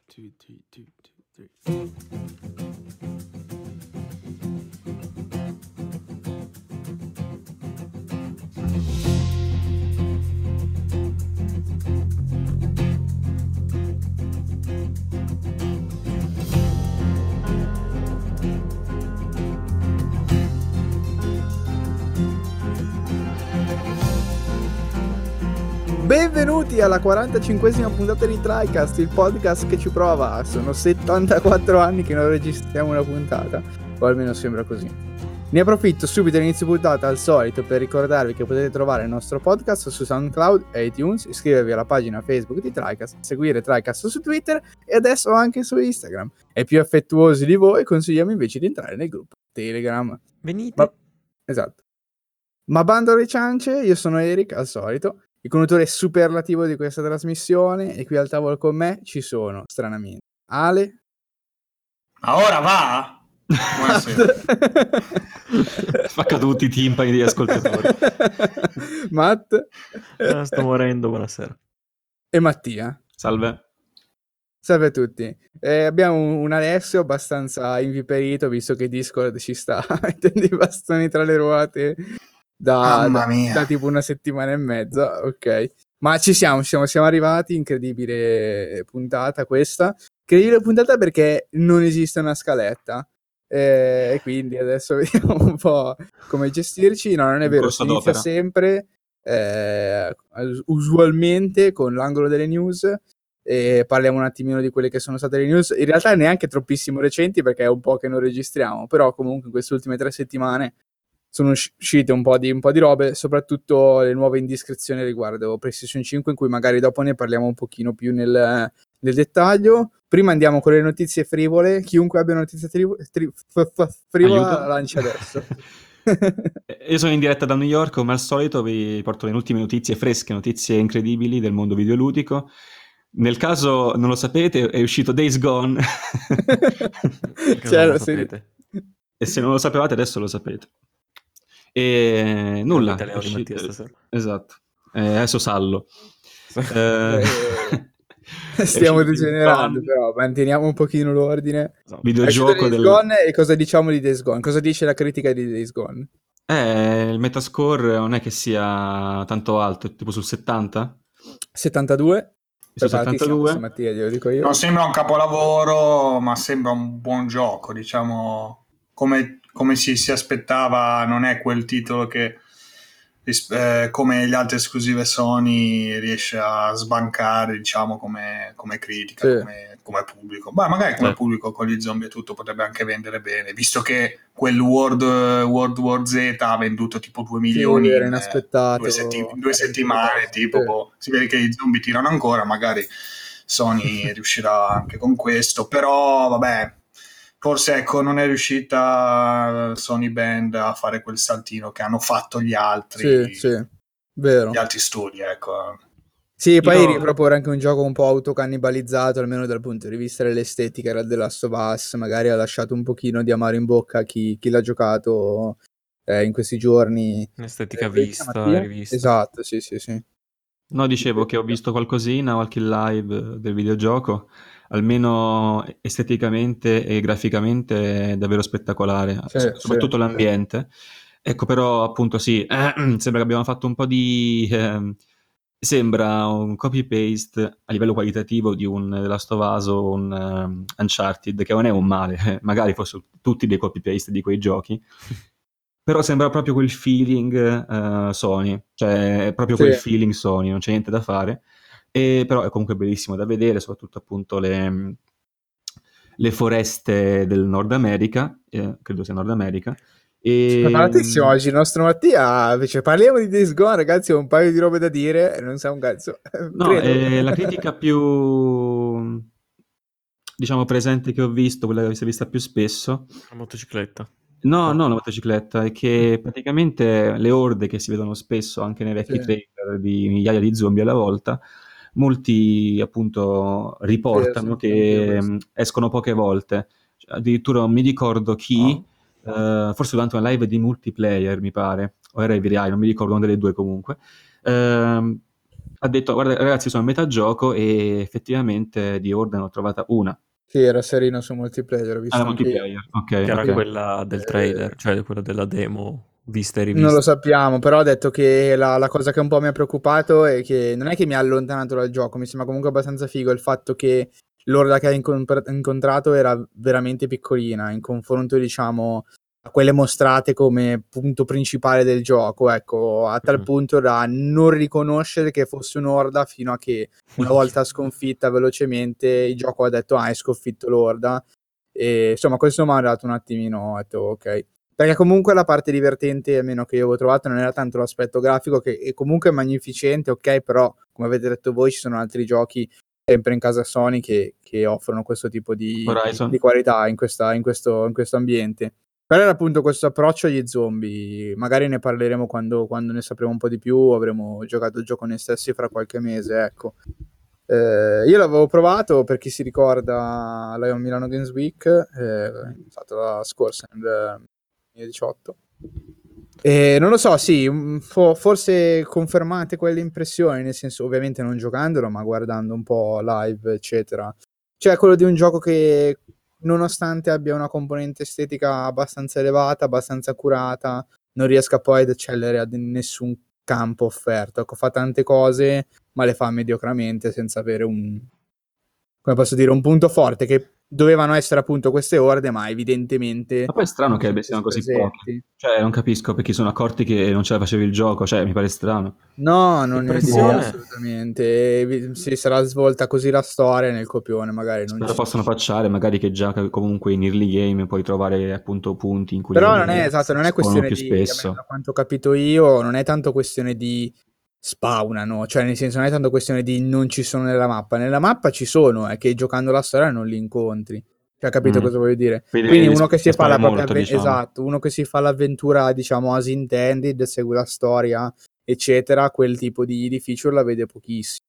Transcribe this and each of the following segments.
2, 3, 2, 2, 3. Benvenuti alla 45esima puntata di TriCast, il podcast che ci prova. Sono 74 anni che non registriamo una puntata, o almeno sembra così. Ne approfitto subito all'inizio puntata, al solito, per ricordarvi che potete trovare il nostro podcast su SoundCloud e iTunes, iscrivervi alla pagina Facebook di TriCast, seguire TriCast su Twitter e adesso anche su Instagram. E più affettuosi di voi consigliamo invece di entrare nel gruppo Telegram. Venite. Esatto. Ma bando alle ciance, io sono Eric, al solito, il conduttore superlativo di questa trasmissione, e qui al tavolo con me ci sono, stranamente, Ale. Ma ora va? Buonasera. Spacca tutti i timpani degli ascoltatori. Matt. Sto morendo, buonasera. E Mattia. Salve. Salve a tutti. Abbiamo un Alessio abbastanza inviperito, visto che Discord ci sta mettendo i bastoni tra le ruote da tipo una settimana e mezza, ok. Ma siamo arrivati, incredibile puntata questa. Incredibile puntata perché non esiste una scaletta. E quindi adesso vediamo un po' come gestirci. No, non è vero, si inizia sempre, usualmente, con l'angolo delle news. E parliamo un attimino di quelle che sono state le news, in realtà neanche troppissimo recenti perché è un po' che non registriamo, però comunque in queste ultime 3 settimane sono uscite un po' di robe, soprattutto le nuove indiscrezioni riguardo PlayStation 5, in cui magari dopo ne parliamo un pochino più nel dettaglio. Prima andiamo con le notizie frivole. Chiunque abbia notizie frivola lancia adesso. Io sono in diretta da New York, come al solito vi porto le ultime notizie fresche, notizie incredibili del mondo videoludico. Nel caso non lo sapete, è uscito Days Gone. Cioè, lo sapete. E se non lo sapevate adesso lo sapete. E nulla. Esatto. Adesso sallo. Stiamo degenerando, però manteniamo un pochino l'ordine. Videogioco Days Gone, e cosa diciamo di Days Gone? Cosa dice la critica di Days Gone? Il metascore non è che sia tanto alto, è tipo sul 70? 72? Su 72? Mattia, glielo dico io. Non sembra un capolavoro, ma sembra un buon gioco, diciamo, come si aspettava. Non è quel titolo che come le altre esclusive Sony riesce a sbancare, diciamo, come critica, sì, come pubblico. Beh, magari come pubblico con gli zombie e tutto potrebbe anche vendere bene, visto che quel World War Z ha venduto tipo 2 milioni era inaspettato, in 2 settimane, tipo, si vede che gli zombie tirano ancora, magari Sony riuscirà anche con questo, però vabbè, forse ecco non è riuscita Sony Band a fare quel saltino che hanno fatto gli altri, sì, vero, gli altri studi, ecco. Sì, poi riproporre anche un gioco un po' autocannibalizzato, almeno dal punto di vista dell'estetica, era The Last of Us, magari ha lasciato un pochino di amaro in bocca a chi l'ha giocato in questi giorni. Un'estetica vista e rivista. Esatto, sì. No, dicevo che ho visto qualcosina, qualche live del videogioco, almeno esteticamente e graficamente è davvero spettacolare, soprattutto l'ambiente. Ecco, però appunto sì, sembra che abbiamo fatto un po' di... sembra un copy-paste a livello qualitativo di un The Last of Us o un Uncharted, che non è un male, magari fossero tutti dei copy-paste di quei giochi. Però sembra proprio quel feeling Sony, cioè è proprio quel feeling Sony, non c'è niente da fare, però è comunque bellissimo da vedere, soprattutto appunto le foreste del Nord America, credo sia Nord America. Preparatissimo oggi il nostro Mattia, invece parliamo di Days Gone, ragazzi, ho un paio di robe da dire e non sa un cazzo. No, la critica più, diciamo, presente che ho visto, quella che si è vista più spesso... La motocicletta. No, la motocicletta, è che praticamente le orde che si vedono spesso anche nei vecchi trailer di migliaia di zombie alla volta, molti appunto riportano che escono poche volte. Addirittura non mi ricordo chi, forse durante una live di multiplayer mi pare, o era EVRI, non mi ricordo, una delle due comunque, ha ha detto guarda ragazzi sono a metà gioco e effettivamente di Horde ne ho trovata una. Sì, era sereno su multiplayer, ho visto Ah, multiplayer, ok. Che era ok. quella del trailer, cioè quella della demo vista e Non rivista. lo sappiamo, però ho detto che la cosa che un po' mi ha preoccupato è che non è che mi ha allontanato dal gioco, mi sembra comunque abbastanza figo il fatto che l'orda che hai incontrato era veramente piccolina in confronto, diciamo, a quelle mostrate come punto principale del gioco, ecco, a tal punto da non riconoscere che fosse un'orda fino a che una volta sconfitta velocemente il gioco ha detto hai sconfitto l'orda e insomma questo mi ha dato un attimino, ho detto ok. Perché comunque la parte divertente, almeno che io avevo trovato, non era tanto l'aspetto grafico, che è comunque magnificente, ok, però come avete detto voi ci sono altri giochi sempre in casa Sony che offrono questo tipo di qualità in questo ambiente. Però era appunto questo approccio agli zombie, magari ne parleremo quando ne sapremo un po' di più, avremo giocato il gioco noi stessi fra qualche mese, ecco. Io l'avevo provato, per chi si ricorda, Lion Milano Games Week, è stata la scorsa, nel 2018. E non lo so, sì, forse confermate quelle impressioni, nel senso, ovviamente non giocandolo, ma guardando un po' live, eccetera. Cioè, quello di un gioco che, nonostante abbia una componente estetica abbastanza elevata, abbastanza curata, non riesca poi ad eccellere ad nessun campo offerto. Ecco, fa tante cose, ma le fa mediocramente, senza avere come posso dire, un punto forte, che dovevano essere appunto queste orde, ma evidentemente Ma poi è strano che siano così pochi. Cioè, non capisco perché sono accorti che non ce la facevi il gioco, cioè, mi pare strano. No, non ne ho idea assolutamente. Se sarà svolta così la storia nel copione, magari non Però possono patchare, magari che già comunque in early game puoi trovare appunto punti in cui però non è esatto, non è questione più di, spesso. da quanto ho capito io, non è tanto questione di spawnano, cioè nel senso non è tanto questione di non ci sono nella mappa ci sono, è che giocando la storia non li incontri. Cioè, capito cosa voglio dire? Quindi uno che si fa la propria diciamo. esatto, uno che si fa l'avventura, diciamo, as intended, segue la storia, eccetera, quel tipo di feature la vede pochissimo.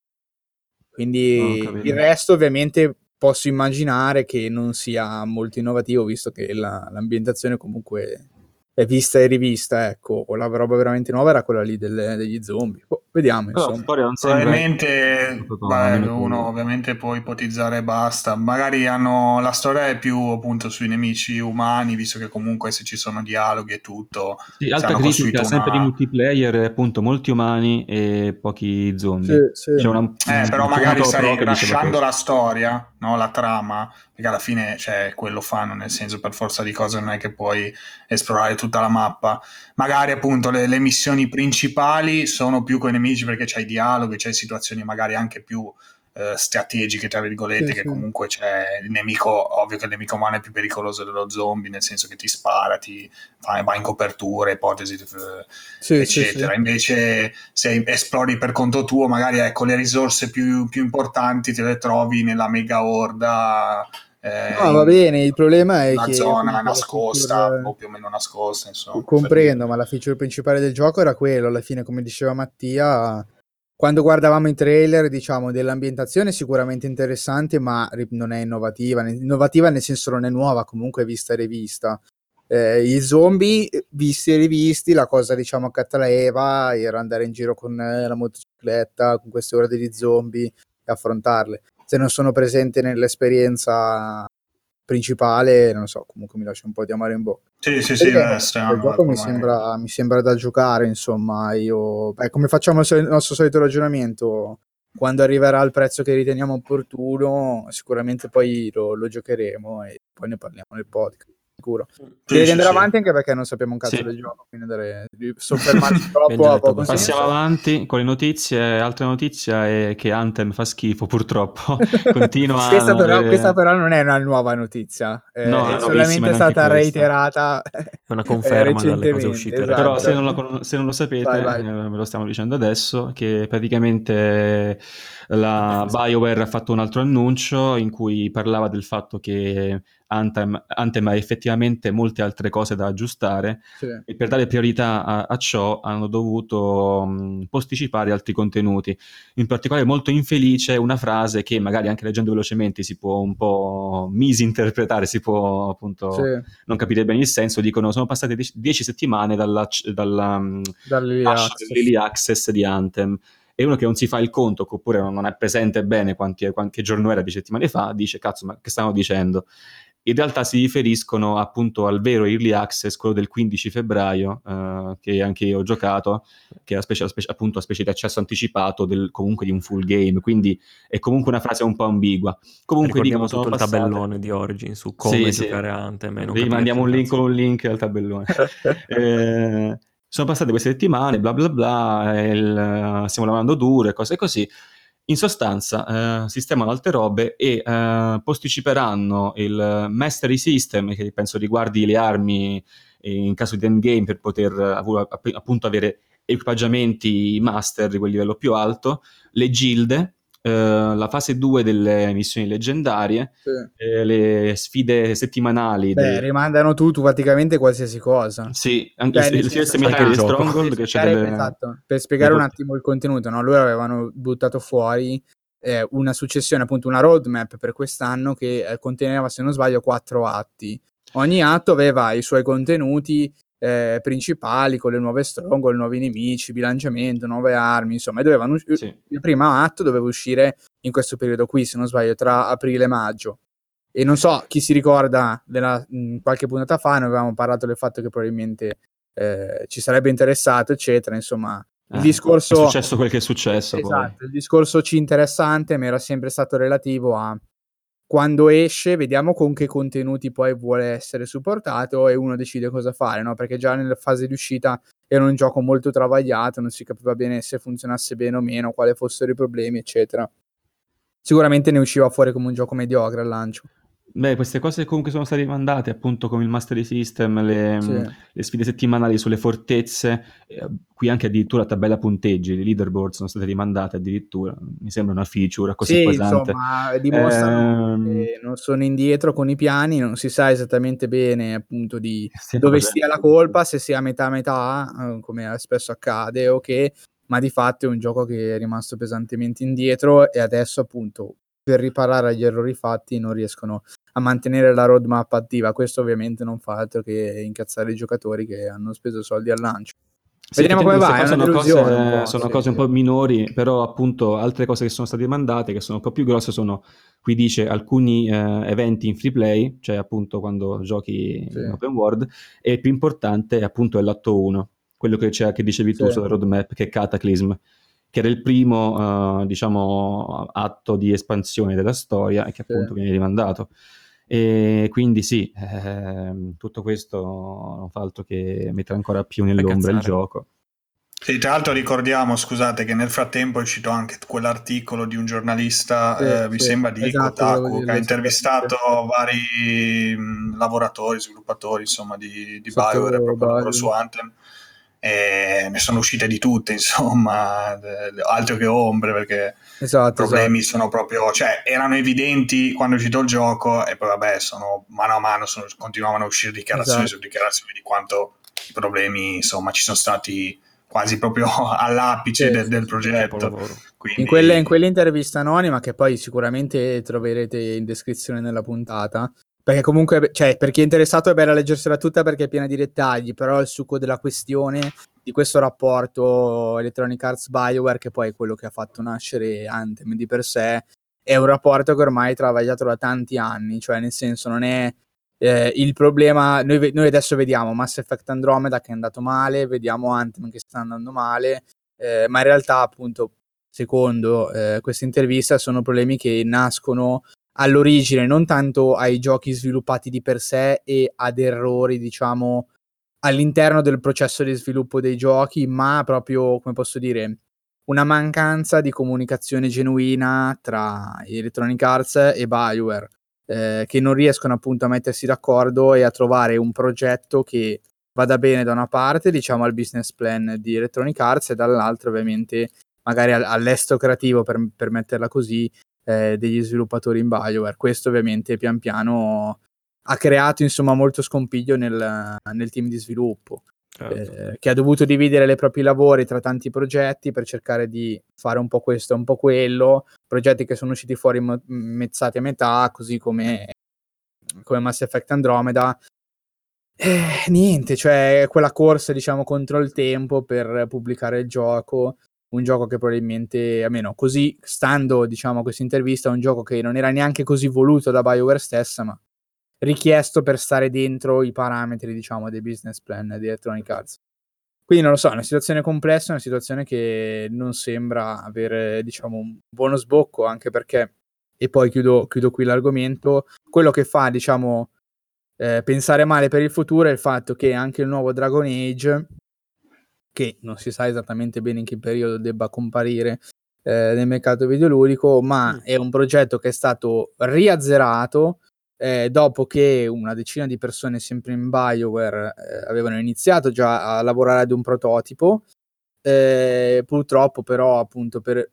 Quindi il resto ovviamente posso immaginare che non sia molto innovativo, visto che l'ambientazione comunque è vista e rivista, ecco, o la roba veramente nuova era quella lì degli zombie. Vediamo, insomma. Probabilmente uno ovviamente può ipotizzare e basta. Magari hanno la storia è più appunto sui nemici umani, visto che comunque se ci sono dialoghi e tutto. Sì, alta critica sempre di multiplayer, appunto, molti umani e pochi zombie. Sì. C'è però magari stai lasciando la storia, no? La trama, perché alla fine quello fanno, nel senso per forza di cose non è che puoi esplorare tutta la mappa. Magari appunto le missioni principali sono più con i nemici perché c'hai dialoghi, c'hai situazioni magari anche più strategiche, tra virgolette, che comunque c'è il nemico, ovvio che il nemico umano è più pericoloso dello zombie, nel senso che ti spara, va in copertura, ipotesi, eccetera. Invece se esplori per conto tuo, magari ecco le risorse più importanti te le trovi nella mega orda. No, va bene, il problema è la che zona nascosta o più o meno nascosta, insomma. Comprendo, ma la feature principale del gioco era quello, alla fine, come diceva Mattia, quando guardavamo i trailer, diciamo, dell'ambientazione sicuramente interessante, ma non è innovativa nel senso non è nuova, comunque è vista e rivista. I zombie, visti e rivisti, la cosa, diciamo, che attraeva era andare in giro con la motocicletta, con queste orde di zombie e affrontarle. Se non sono presente nell'esperienza principale, non so, comunque mi lascia un po' di amaro in bocca. Sì, il gioco mi sembra da giocare, insomma. Come facciamo il nostro solito ragionamento, quando arriverà al prezzo che riteniamo opportuno, sicuramente poi lo giocheremo e poi ne parliamo nel podcast. Sicuro. Devi andare avanti anche perché non sappiamo un cazzo del gioco, quindi soffermarci troppo a poco. Passiamo avanti con le notizie. Altra notizia è che Anthem fa schifo, purtroppo. Continua questa però non è una nuova notizia, no, è solamente stata reiterata. È una conferma dalle cose uscite. Esatto. Però se non lo sapete, vai. ve lo stiamo dicendo adesso, che praticamente la BioWare ha fatto un altro annuncio in cui parlava del fatto che Anthem ha effettivamente molte altre cose da aggiustare e per dare priorità a ciò hanno dovuto posticipare altri contenuti. In particolare molto infelice una frase che magari anche leggendo velocemente si può un po' misinterpretare, si può appunto non capire bene il senso. Dicono sono passate 10 settimane dall'early access di Anthem e uno che non si fa il conto, oppure non è presente bene che giorno era 10 settimane fa, dice cazzo, ma che stanno dicendo? In realtà si riferiscono appunto al vero Early Access, quello del 15 febbraio, che anche io ho giocato, che è appunto una specie di accesso anticipato comunque di un full game, quindi è comunque una frase un po' ambigua. Comunque ricordiamo dicono, tutto il tabellone di Origin su come giocare Anthem. Vi mandiamo un link al tabellone. Sono passate queste settimane, bla bla bla, stiamo lavorando duro e cose così. In sostanza sistemano altre robe e posticiperanno il Mastery System, che penso riguardi le armi in caso di endgame, per poter appunto avere equipaggiamenti master di quel livello più alto, le gilde, la fase 2 delle missioni leggendarie, le sfide settimanali. Rimandano tutto praticamente qualsiasi cosa. Sì, anche le sfide settimanali di Stronghold, che c'è esatto, per spiegare un attimo il contenuto, no? Loro avevano buttato fuori una successione, appunto una roadmap per quest'anno che conteneva, se non sbaglio, 4 atti. Ogni atto aveva i suoi contenuti principali, con le nuove Stronghold, nuovi nemici, bilanciamento, nuove armi, insomma, dovevano il primo atto doveva uscire in questo periodo qui, se non sbaglio, tra aprile e maggio. E non so chi si ricorda, qualche puntata fa ne avevamo parlato del fatto che probabilmente ci sarebbe interessato, eccetera. Insomma, il discorso è successo quel che è successo. Esatto, poi. Il discorso interessante mi era sempre stato relativo a quando esce, vediamo con che contenuti poi vuole essere supportato e uno decide cosa fare, no? Perché già nella fase di uscita era un gioco molto travagliato, non si capiva bene se funzionasse bene o meno, quali fossero i problemi, eccetera. Sicuramente ne usciva fuori come un gioco mediocre al lancio. Beh, queste cose comunque sono state rimandate, appunto, come il Mastery System, le sfide settimanali sulle fortezze, qui anche addirittura la tabella punteggi, i leaderboard sono state rimandate addirittura, mi sembra una feature così pesante. Insomma, dimostrano che non sono indietro con i piani, non si sa esattamente bene appunto di dove stia la colpa, se sia metà, come spesso accade, o che, ma di fatto è un gioco che è rimasto pesantemente indietro e adesso appunto per riparare agli errori fatti non riescono a mantenere la roadmap attiva. Questo ovviamente non fa altro che incazzare i giocatori che hanno speso soldi al lancio. Sì, vediamo come va, è una delusione. Sono cose un po' minori, però appunto altre cose che sono state mandate, che sono un po' più grosse, sono, qui dice, alcuni eventi in free play, cioè appunto quando giochi in open world, e il più importante appunto è l'atto 1, quello che dicevi tu sulla roadmap, che è Cataclysm, che era il primo, diciamo, atto di espansione della storia e che appunto viene rimandato. E quindi sì, tutto questo non fa altro che mettere ancora più nell'ombra il gioco. Sì, tra l'altro ricordiamo, scusate, che nel frattempo è uscito anche quell'articolo di un giornalista, mi sembra di Kotaku, che ha intervistato vari lavoratori, sviluppatori, insomma, di BioWare, proprio su Anthem. E ne sono uscite di tutte, insomma, altro che ombre, perché i problemi sono proprio, cioè erano evidenti quando è uscito il gioco e poi vabbè, mano a mano continuavano a uscire dichiarazioni su dichiarazioni di quanto i problemi, insomma, ci sono stati quasi proprio all'apice del progetto. Quindi... in quell'intervista anonima, che poi sicuramente troverete in descrizione nella puntata, perché comunque, cioè, per chi è interessato è bella leggersela tutta perché è piena di dettagli, però il succo della questione di questo rapporto Electronic Arts BioWare, che poi è quello che ha fatto nascere Anthem di per sé, è un rapporto che ormai è travagliato da tanti anni, cioè nel senso non è il problema, noi adesso vediamo Mass Effect Andromeda che è andato male, vediamo Anthem che sta andando male, ma in realtà appunto secondo questa intervista sono problemi che nascono all'origine non tanto ai giochi sviluppati di per sé e ad errori, diciamo, all'interno del processo di sviluppo dei giochi, ma proprio, come posso dire, una mancanza di comunicazione genuina tra Electronic Arts e BioWare, che non riescono appunto a mettersi d'accordo e a trovare un progetto che vada bene da una parte, diciamo, al business plan di Electronic Arts e dall'altra ovviamente magari all'estero creativo, per metterla così, degli sviluppatori in BioWare. Questo ovviamente pian piano ha creato insomma molto scompiglio nel team di sviluppo, che ha dovuto dividere i propri lavori tra tanti progetti per cercare di fare un po' questo, un po' quello, progetti che sono usciti fuori mezzati a metà, così come Mass Effect Andromeda. Niente, cioè quella corsa, diciamo, contro il tempo per pubblicare il gioco un gioco che probabilmente, almeno così, stando diciamo a questa intervista, un gioco che non era neanche così voluto da BioWare stessa, ma richiesto per stare dentro i parametri, diciamo, dei business plan di Electronic Arts. Quindi non lo so, è una situazione complessa, una situazione che non sembra avere, diciamo, un buono sbocco, anche perché, e poi chiudo qui l'argomento, quello che fa, diciamo, pensare male per il futuro è il fatto che anche il nuovo Dragon Age, che non si sa esattamente bene in che periodo debba comparire nel mercato videoludico, ma è un progetto che è stato riazzerato dopo che una decina di persone sempre in BioWare avevano iniziato già a lavorare ad un prototipo. Purtroppo però appunto per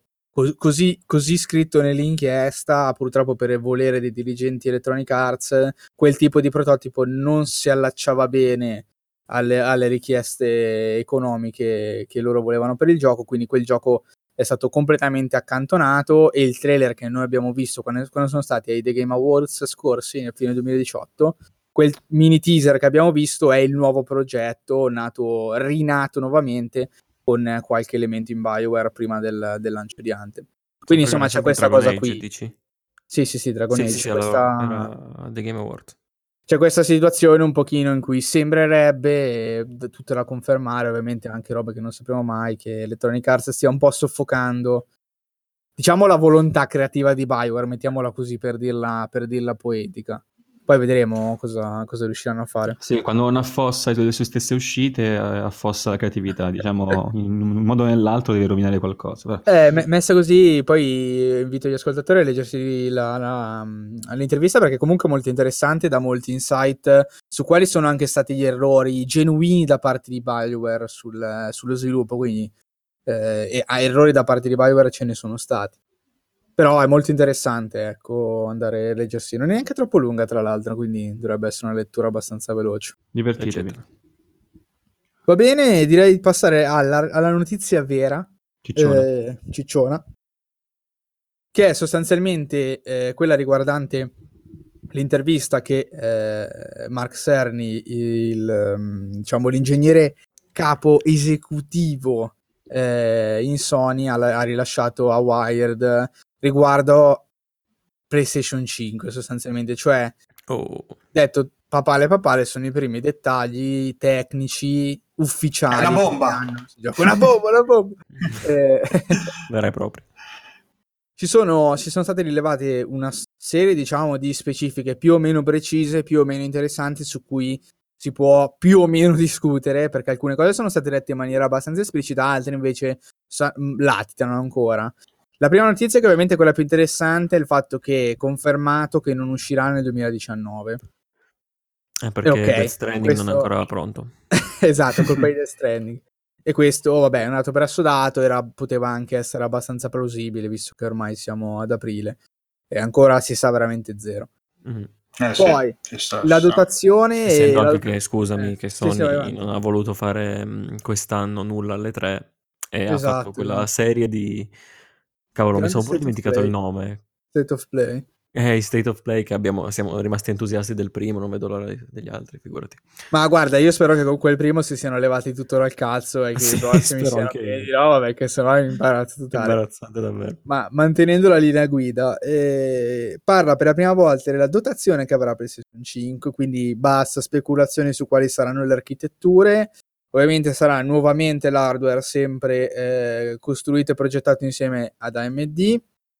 così scritto nell'inchiesta, purtroppo per il volere dei dirigenti Electronic Arts, quel tipo di prototipo non si allacciava bene alle richieste economiche che loro volevano per il gioco, quindi quel gioco è stato completamente accantonato, e il trailer che noi abbiamo visto quando sono stati ai The Game Awards scorsi, nel fine 2018, quel mini teaser che abbiamo visto è il nuovo progetto rinato nuovamente con qualche elemento in BioWare prima del lancio di Anthem. Quindi insomma c'è questa Dragon cosa Age, qui. Dici? Sì, Dragon Age. Sì, era The Game Award. C'è questa situazione un pochino in cui sembrerebbe, tutto da confermare, ovviamente anche robe che non sappiamo mai, che Electronic Arts stia un po' soffocando, diciamo, la volontà creativa di BioWare, mettiamola così per dirla poetica. Poi vedremo cosa riusciranno a fare. Sì, quando uno affossa le sue stesse uscite, affossa la creatività, diciamo, in un modo o nell'altro deve rovinare qualcosa. Messa così, poi invito gli ascoltatori a leggersi l'intervista, perché comunque è molto interessante, dà molti insight su quali sono anche stati gli errori genuini da parte di BioWare sullo sviluppo, quindi errori da parte di BioWare ce ne sono stati. Però è molto interessante, ecco, andare a leggersi. Non è neanche troppo lunga, tra l'altro, quindi dovrebbe essere una lettura abbastanza veloce. Divertitevi. Va bene, direi di passare alla notizia vera, cicciona, che è sostanzialmente quella riguardante l'intervista che Mark Cerny, diciamo l'ingegnere capo esecutivo in Sony, ha rilasciato a Wired riguardo PlayStation 5, sostanzialmente, cioè detto papale sono i primi dettagli tecnici ufficiali. È una bomba. Una bomba. Vera e propria. Ci sono state rilevate una serie, diciamo, di specifiche più o meno precise, più o meno interessanti, su cui si può più o meno discutere, perché alcune cose sono state dette in maniera abbastanza esplicita, altre invece latitano ancora. La prima notizia, che ovviamente è quella più interessante, è il fatto che è confermato che non uscirà nel 2019. Perché Death Stranding non è ancora pronto. Esatto, colpa di Death Stranding. E questo, vabbè, è un dato per assodato, poteva anche essere abbastanza plausibile, visto che ormai siamo ad aprile e ancora si sa veramente zero. Mm-hmm. Poi la dotazione, essendo anche che, scusami, che Sony non ha voluto fare quest'anno nulla alle 3 e ha fatto quella serie di cavolo, mi sono pure dimenticato il nome. State of Play. State of Play, che siamo rimasti entusiasti del primo, non vedo l'ora degli altri, figurati. Ma guarda, io spero che con quel primo si siano levati tutto dal cazzo e che i prossimi siano pieni. No, vabbè, che sennò è imbarazzo totale. Imbarazzante davvero. Ma mantenendo la linea guida, parla per la prima volta della dotazione che avrà PlayStation 5, quindi basta speculazioni su quali saranno le architetture. Ovviamente sarà nuovamente l'hardware sempre costruito e progettato insieme ad AMD,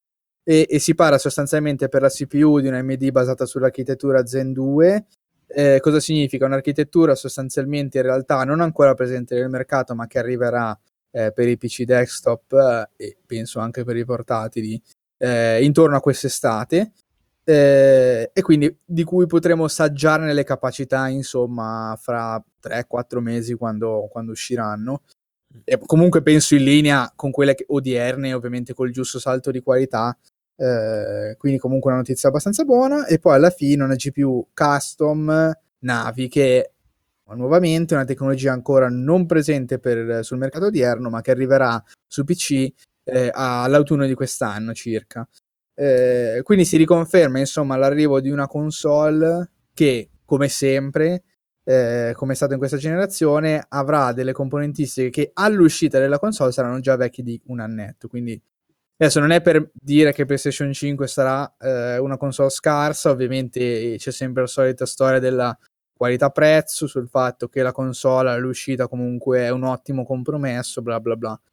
e si parla sostanzialmente per la CPU di una AMD basata sull'architettura Zen 2. Cosa significa? Un'architettura sostanzialmente in realtà non ancora presente nel mercato, ma che arriverà per i PC desktop e penso anche per i portatili intorno a quest'estate, e quindi di cui potremo saggiarne le capacità, insomma, fra 3-4 mesi quando usciranno. E comunque penso in linea con quelle odierne, ovviamente col giusto salto di qualità. Quindi comunque una notizia abbastanza buona. E poi alla fine una GPU custom Navi, che è nuovamente una tecnologia ancora non presente sul mercato odierno, ma che arriverà su PC all'autunno di quest'anno circa. Quindi si riconferma insomma l'arrivo di una console che, come sempre, come è stato in questa generazione, avrà delle componentistiche che all'uscita della console saranno già vecchi di un annetto, quindi adesso non è per dire che PlayStation 5 sarà una console scarsa, ovviamente c'è sempre la solita storia della qualità-prezzo, sul fatto che la console all'uscita comunque è un ottimo compromesso, bla bla bla.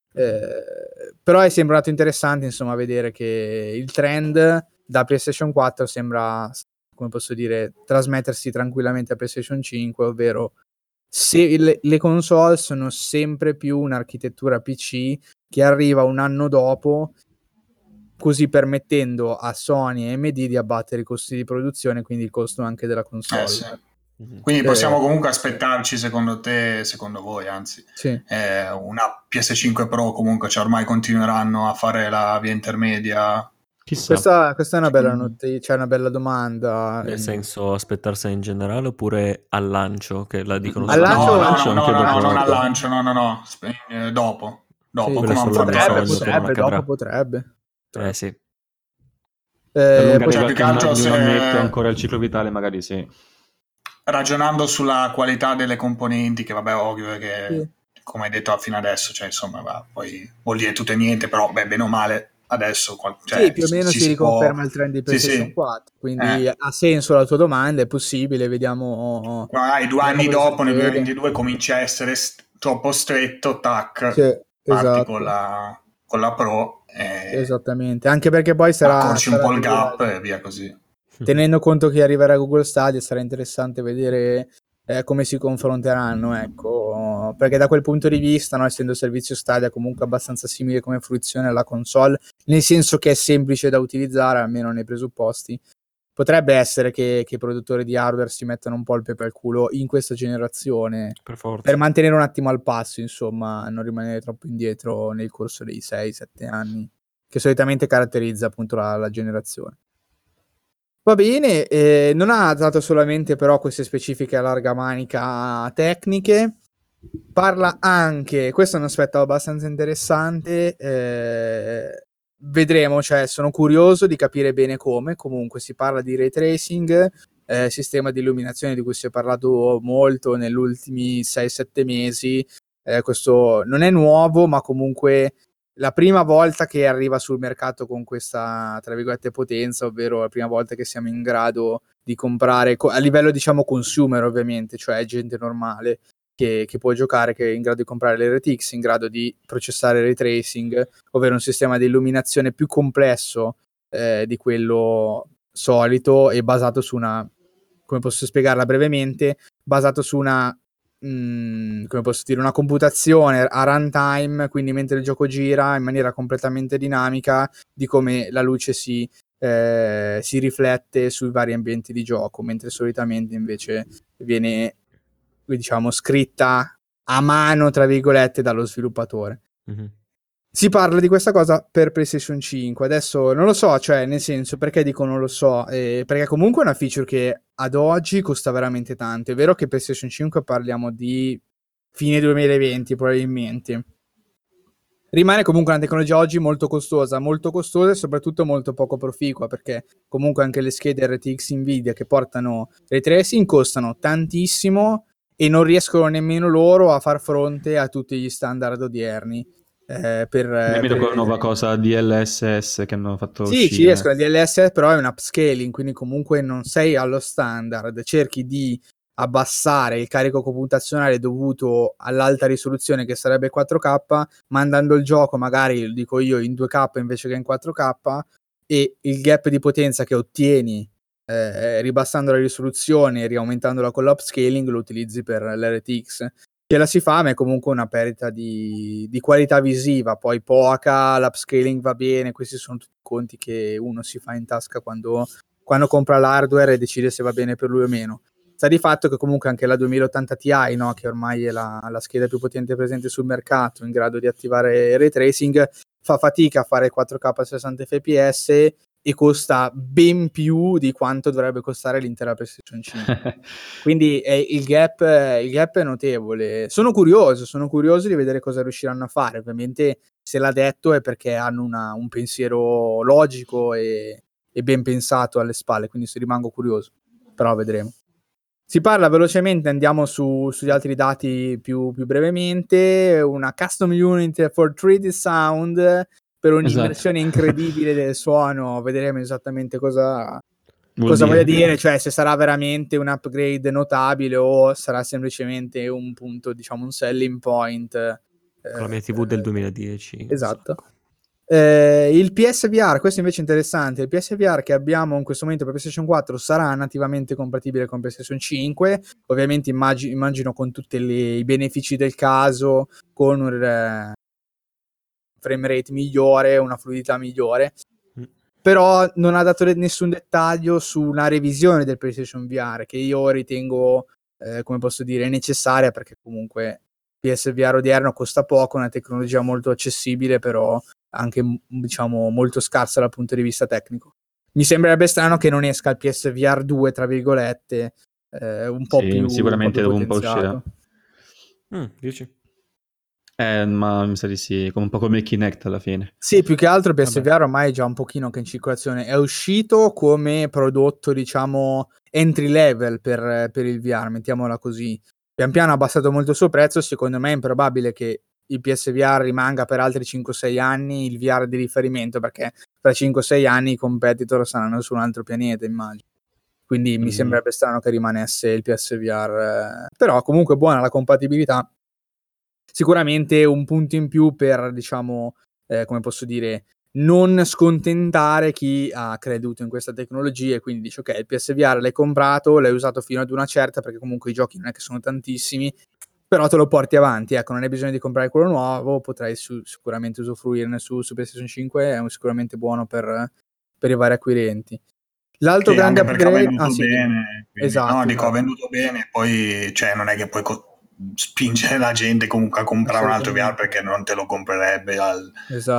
Però è sembrato interessante, insomma, vedere che il trend da PlayStation 4 sembra, come posso dire, trasmettersi tranquillamente a PlayStation 5, ovvero se le console sono sempre più un'architettura PC che arriva un anno dopo, così permettendo a Sony e AMD di abbattere i costi di produzione, quindi il costo anche della console. Sì. Quindi possiamo comunque aspettarci, secondo te, secondo voi, anzi, una PS5 Pro comunque, cioè ormai continueranno a fare la via intermedia? Chissà. Questa è una bella notizia, una bella domanda. Nel senso, aspettarsela in generale oppure al lancio, che la dicono al lancio? No, non al lancio, no, dopo. Sì, come dopo potrebbe. Sì. Cioè, più che altro se non mette ancora il ciclo vitale, magari sì. Ragionando sulla qualità delle componenti, che vabbè, ovvio che come hai detto fino adesso, cioè insomma, poi vuol dire tutto e niente, però bene o male adesso cioè, sì, più o meno si riconferma il trend di PlayStation 4, quindi ha senso la tua domanda, è possibile, vediamo. Magari 2 anni dopo, nel 2022, comincia a essere troppo stretto, tac, parti con la Pro. Esattamente, anche perché poi sarà un po' il gap e via così. Tenendo conto che arriverà Google Stadia, sarà interessante vedere come si confronteranno, ecco, perché da quel punto di vista, no, essendo il servizio Stadia comunque abbastanza simile come fruizione alla console, nel senso che è semplice da utilizzare, almeno nei presupposti, potrebbe essere che i produttori di hardware si mettano un po' il pepe al culo in questa generazione per mantenere un attimo al passo, insomma, non rimanere troppo indietro nel corso dei 6-7 anni che solitamente caratterizza appunto la generazione. Va bene, non ha dato solamente però queste specifiche a larga manica tecniche, parla anche, questo è un aspetto abbastanza interessante, vedremo, cioè sono curioso di capire bene come, comunque si parla di ray tracing, sistema di illuminazione di cui si è parlato molto negli ultimi 6-7 mesi, questo non è nuovo, ma comunque la prima volta che arriva sul mercato con questa, tra virgolette, potenza, ovvero la prima volta che siamo in grado di comprare, a livello diciamo consumer ovviamente, cioè gente normale che può giocare, che è in grado di comprare le RTX, in grado di processare ray tracing, ovvero un sistema di illuminazione più complesso di quello solito e basato su una, come posso spiegarla brevemente, basato su una come posso dire, una computazione a runtime, quindi mentre il gioco gira in maniera completamente dinamica di come la luce si riflette sui vari ambienti di gioco, mentre solitamente invece viene, diciamo, scritta a mano, tra virgolette, dallo sviluppatore. Mm-hmm. Si parla di questa cosa per PlayStation 5, adesso non lo so, cioè nel senso, perché dico non lo so, perché comunque è una feature che ad oggi costa veramente tanto, è vero che PlayStation 5 parliamo di fine 2020 probabilmente, rimane comunque una tecnologia oggi molto costosa e soprattutto molto poco proficua, perché comunque anche le schede RTX Nvidia che portano ray tracing costano tantissimo e non riescono nemmeno loro a far fronte a tutti gli standard odierni. Per la nuova cosa DLSS che hanno fatto uscire. Sì, ci riescono, il DLSS però è un upscaling, quindi comunque non sei allo standard, cerchi di abbassare il carico computazionale dovuto all'alta risoluzione che sarebbe 4K, mandando il gioco magari, dico io, in 2K invece che in 4K, e il gap di potenza che ottieni ribassando la risoluzione e riaumentandola con l'upscaling lo utilizzi per l'RTX. Che la si fa, ma è comunque una perdita di qualità visiva, poi poca, l'upscaling va bene, questi sono tutti conti che uno si fa in tasca quando compra l'hardware e decide se va bene per lui o meno. Sta di fatto che comunque anche la 2080 Ti, no, che ormai è la scheda più potente presente sul mercato, in grado di attivare ray tracing, fa fatica a fare 4K a 60 fps e costa ben più di quanto dovrebbe costare l'intera PlayStation 5. Quindi il gap è notevole. Sono curioso di vedere cosa riusciranno a fare. Ovviamente se l'ha detto è perché hanno un pensiero logico e ben pensato alle spalle, quindi rimango curioso, però vedremo. Si parla velocemente, andiamo sugli altri dati più brevemente. Una custom unit for 3D sound per un'immersione incredibile del suono. Vedremo esattamente cosa voglia dire, cioè se sarà veramente un upgrade notabile o sarà semplicemente un punto, diciamo un selling point. Con la mia TV del 2010. Esatto. Il PSVR, questo invece è interessante. Il PSVR che abbiamo in questo momento per PlayStation 4 sarà nativamente compatibile con PlayStation 5, ovviamente immagino con tutti i benefici del caso, con un frame rate migliore, una fluidità migliore, però non ha dato nessun dettaglio su una revisione del PlayStation VR, che io ritengo, come posso dire, necessaria, perché comunque PSVR odierno costa poco, è una tecnologia molto accessibile, però anche, diciamo, molto scarsa dal punto di vista tecnico. Mi sembrerebbe strano che non esca il PSVR 2, tra virgolette, un po' più sicuramente dopo un po' potenziato. Dici? Ma mi sa di sì, un po' come il Kinect alla fine. Sì, più che altro PSVR ormai è già un pochino che in circolazione. È uscito come prodotto, diciamo, entry level per il VR, mettiamola così. Pian piano ha abbassato molto il suo prezzo, secondo me è improbabile che il PSVR rimanga per altri 5-6 anni il VR di riferimento, perché tra 5-6 anni i competitor saranno su un altro pianeta, immagino. Quindi mi sembrerebbe strano che rimanesse il PSVR, però comunque buona la compatibilità. Sicuramente un punto in più per, diciamo, come posso dire, non scontentare chi ha creduto in questa tecnologia e quindi dice ok, il PSVR l'hai comprato, l'hai usato fino ad una certa, perché comunque i giochi non è che sono tantissimi, però te lo porti avanti, ecco, non hai bisogno di comprare quello nuovo, potrai sicuramente usufruirne su PlayStation 5, è sicuramente buono per i vari acquirenti. L'altro grande upgrade, ha venduto bene, quindi, esatto, no, dico, ha venduto bene, poi cioè non è che puoi spingere la gente comunque a comprare un altro VR, perché non te lo comprerebbe al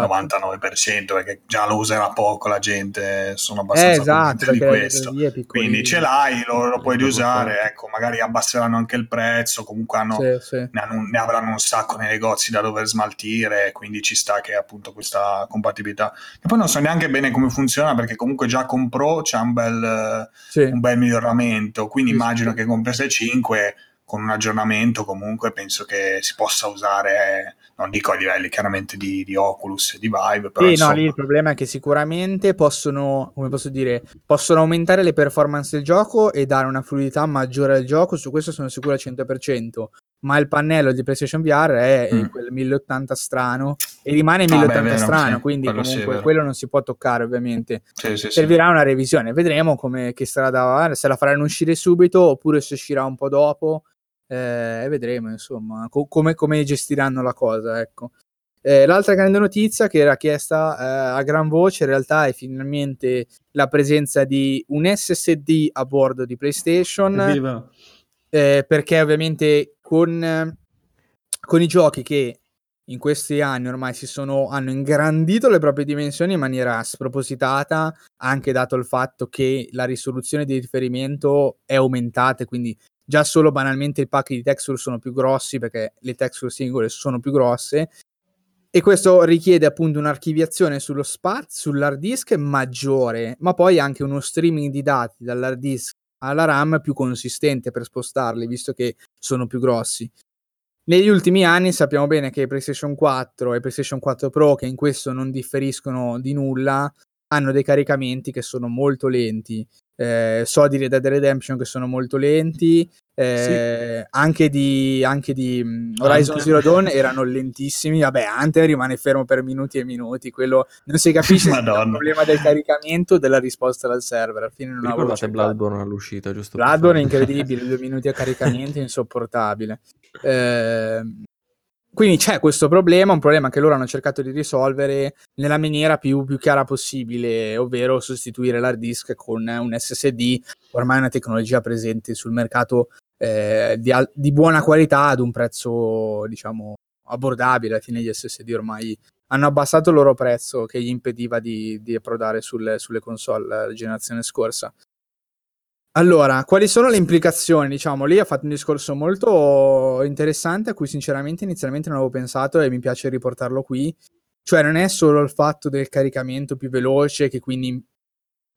99%, perché già lo userà poco la gente, sono abbastanza convinto di questo, quindi ce l'hai, lo puoi riusare, ecco, magari abbasseranno anche il prezzo, comunque ne avranno un sacco nei negozi da dover smaltire, quindi ci sta che appunto questa compatibilità, e poi non so neanche bene come funziona, perché comunque già con Pro c'è un bel miglioramento, quindi immagino che con PS5 con un aggiornamento comunque penso che si possa usare, non dico a livelli chiaramente di Oculus e di Vive, però no, lì il problema è che sicuramente possono, come posso dire, possono aumentare le performance del gioco e dare una fluidità maggiore al gioco, su questo sono sicuro al 100%, ma il pannello di PlayStation VR è quel 1080 strano e rimane 1080 strano, quindi comunque quello non si può toccare, ovviamente. Servirà una revisione, vedremo che strada, se la faranno uscire subito oppure se uscirà un po' dopo, e vedremo insomma come gestiranno la cosa, ecco. L'altra grande notizia che era chiesta a gran voce in realtà è finalmente la presenza di un SSD a bordo di PlayStation, perché ovviamente con i giochi che in questi anni ormai hanno ingrandito le proprie dimensioni in maniera spropositata, anche dato il fatto che la risoluzione di riferimento è aumentata, quindi già solo banalmente i pacchi di texture sono più grossi, perché le texture singole sono più grosse, e questo richiede appunto un'archiviazione sull'hard disk maggiore, ma poi anche uno streaming di dati dall'hard disk alla RAM più consistente per spostarli, visto che sono più grossi. Negli ultimi anni sappiamo bene che PlayStation 4 e PlayStation 4 Pro, che in questo non differiscono di nulla, hanno dei caricamenti che sono molto lenti. So di Red Dead Redemption che sono molto lenti, anche di Horizon Zero Dawn erano lentissimi. Vabbè, Hunter rimane fermo per minuti e minuti, quello non si capisce se è il problema del caricamento o della risposta dal server. Alla fine non ricordate Bloodborne all'uscita, giusto? Bloodborne è incredibile, 2 minuti a caricamento è insopportabile. Quindi c'è questo problema, un problema che loro hanno cercato di risolvere nella maniera più chiara possibile, ovvero sostituire l'hard disk con un SSD, ormai una tecnologia presente sul mercato di buona qualità ad un prezzo, diciamo, abbordabile. Alla fine gli SSD ormai hanno abbassato il loro prezzo, che gli impediva di approdare sulle console la generazione scorsa. Allora, quali sono le implicazioni? Diciamo, lì ha fatto un discorso molto interessante a cui sinceramente inizialmente non avevo pensato e mi piace riportarlo qui. Cioè non è solo il fatto del caricamento più veloce, che quindi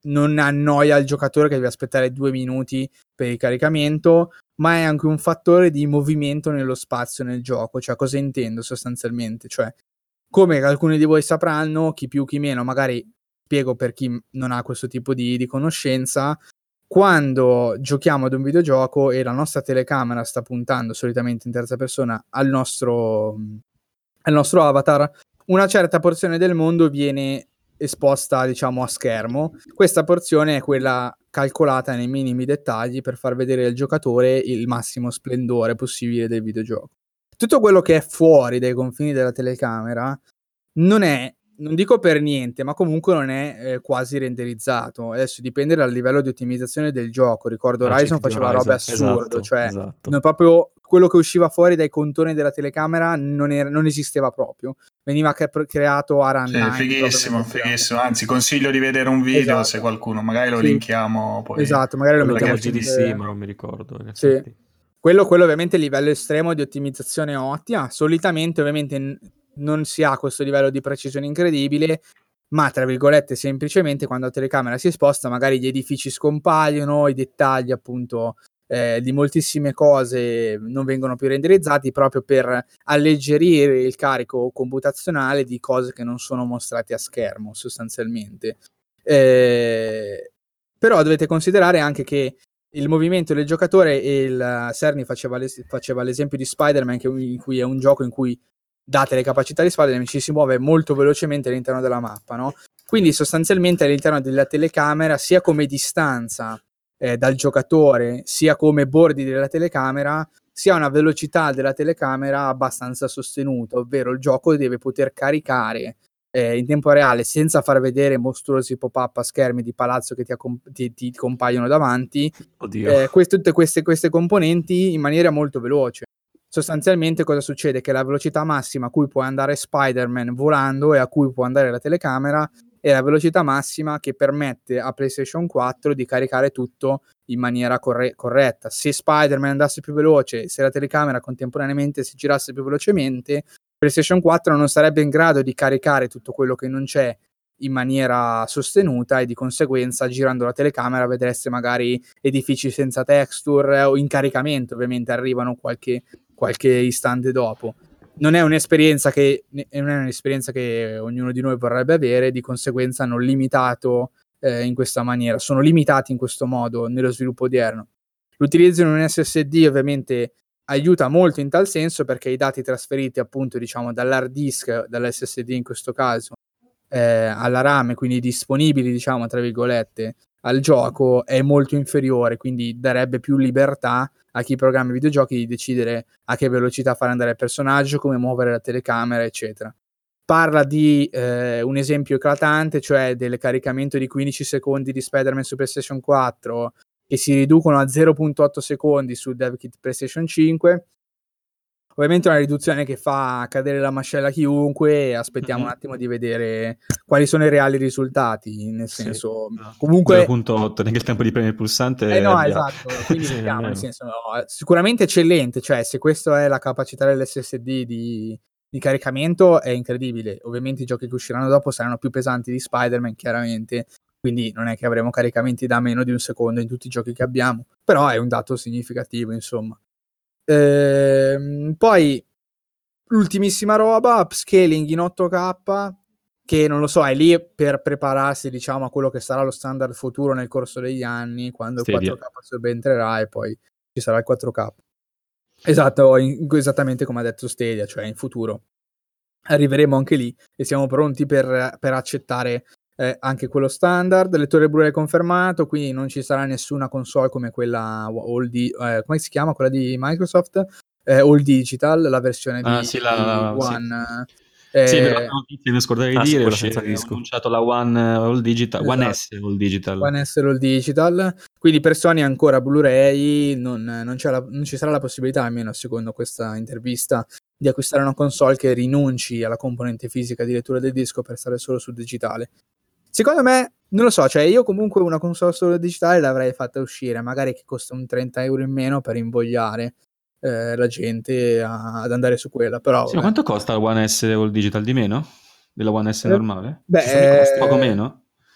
non annoia il giocatore che deve aspettare 2 minuti per il caricamento, ma è anche un fattore di movimento nello spazio nel gioco. Cioè, cosa intendo sostanzialmente? Cioè, come alcuni di voi sapranno, chi più chi meno, magari spiego per chi non ha questo tipo di conoscenza, quando giochiamo ad un videogioco e la nostra telecamera sta puntando solitamente in terza persona al nostro avatar, una certa porzione del mondo viene esposta, diciamo, a schermo. Questa porzione è quella calcolata nei minimi dettagli per far vedere al giocatore il massimo splendore possibile del videogioco. Tutto quello che è fuori dai confini della telecamera non dico per niente, ma comunque non è quasi renderizzato. Adesso dipende dal livello di ottimizzazione del gioco. Ricordo Horizon faceva robe assurde, cioè non proprio quello che usciva fuori dai contorni della telecamera non esisteva proprio. Veniva creato a runtime. Fighissimo. Anzi, consiglio di vedere un video, se qualcuno, magari lo linkiamo poi. Esatto, magari lo mettiamo ma non mi ricordo. In effetti. Quello ovviamente è il livello estremo di ottimizzazione ottima. Solitamente ovviamente non si ha questo livello di precisione incredibile, ma tra virgolette semplicemente quando la telecamera si sposta magari gli edifici scompaiono, i dettagli appunto di moltissime cose non vengono più renderizzati, proprio per alleggerire il carico computazionale di cose che non sono mostrate a schermo sostanzialmente. Però dovete considerare anche che il movimento del giocatore, e il Cerny faceva l'esempio di Spider-Man, in cui è un gioco in cui, date le capacità di Spider-Man, ci si muove molto velocemente all'interno della mappa, no? Quindi sostanzialmente all'interno della telecamera, sia come distanza dal giocatore, sia come bordi della telecamera, si ha una velocità della telecamera abbastanza sostenuta, ovvero il gioco deve poter caricare in tempo reale senza far vedere mostruosi pop-up a schermi di palazzo che ti compaiono davanti, tutte queste componenti in maniera molto veloce. Sostanzialmente cosa succede? Che la velocità massima a cui può andare Spider-Man volando e a cui può andare la telecamera è la velocità massima che permette a PlayStation 4 di caricare tutto in maniera corretta. Se Spider-Man andasse più veloce, se la telecamera contemporaneamente si girasse più velocemente, PlayStation 4 non sarebbe in grado di caricare tutto quello che non c'è in maniera sostenuta, e di conseguenza girando la telecamera vedreste magari edifici senza texture o in caricamento, ovviamente arrivano qualche istante dopo. Non è un'esperienza che ognuno di noi vorrebbe avere, di conseguenza hanno limitato in questa maniera, sono limitati in questo modo nello sviluppo odierno. L'utilizzo di un SSD ovviamente aiuta molto in tal senso, perché i dati trasferiti appunto diciamo dall'hard disk, dall'SSD in questo caso, alla RAM, quindi disponibili diciamo tra virgolette al gioco, è molto inferiore, quindi darebbe più libertà a chi programma i videogiochi di decidere a che velocità fare andare il personaggio, come muovere la telecamera, eccetera. Parla di un esempio eclatante, cioè del caricamento di 15 secondi di Spider-Man su PlayStation 4 che si riducono a 0.8 secondi su DevKit PlayStation 5. Ovviamente è una riduzione che fa cadere la mascella a chiunque, e aspettiamo un attimo di vedere quali sono i reali risultati, nel senso comunque 0.8, neanche il tempo di premere il pulsante no, esatto, quindi vediamo, nel senso sicuramente eccellente, cioè se questa è la capacità dell'SSD di caricamento è incredibile. Ovviamente i giochi che usciranno dopo saranno più pesanti di Spider-Man, chiaramente, quindi non è che avremo caricamenti da meno di un secondo in tutti i giochi che abbiamo, però è un dato significativo, insomma. Poi l'ultimissima roba, upscaling in 8K, che non lo so, è lì per prepararsi diciamo a quello che sarà lo standard futuro nel corso degli anni, quando Stadia. Il 4K subentrerà e poi ci sarà il 4K. Esatto, esattamente come ha detto Stadia, cioè in futuro arriveremo anche lì e siamo pronti per accettare anche quello standard. Lettore Blu-ray confermato, quindi non ci sarà nessuna console come quella come si chiama? Quella di Microsoft? All Digital, la versione di One. Sì, però la notizia mi scordare di dire, ho annunciato la One All Digital, esatto. One S All Digital. One S All Digital, quindi per Sony ancora Blu-ray, non ci sarà la possibilità, almeno secondo questa intervista, di acquistare una console che rinunci alla componente fisica di lettura del disco per stare solo sul digitale. Secondo me, non lo so, cioè io comunque una console solo digitale l'avrei fatta uscire, magari che costa un 30 euro in meno per invogliare la gente ad andare su quella, però sì, quanto costa la One S All Digital? Di meno? Della One S normale? Beh, poco meno?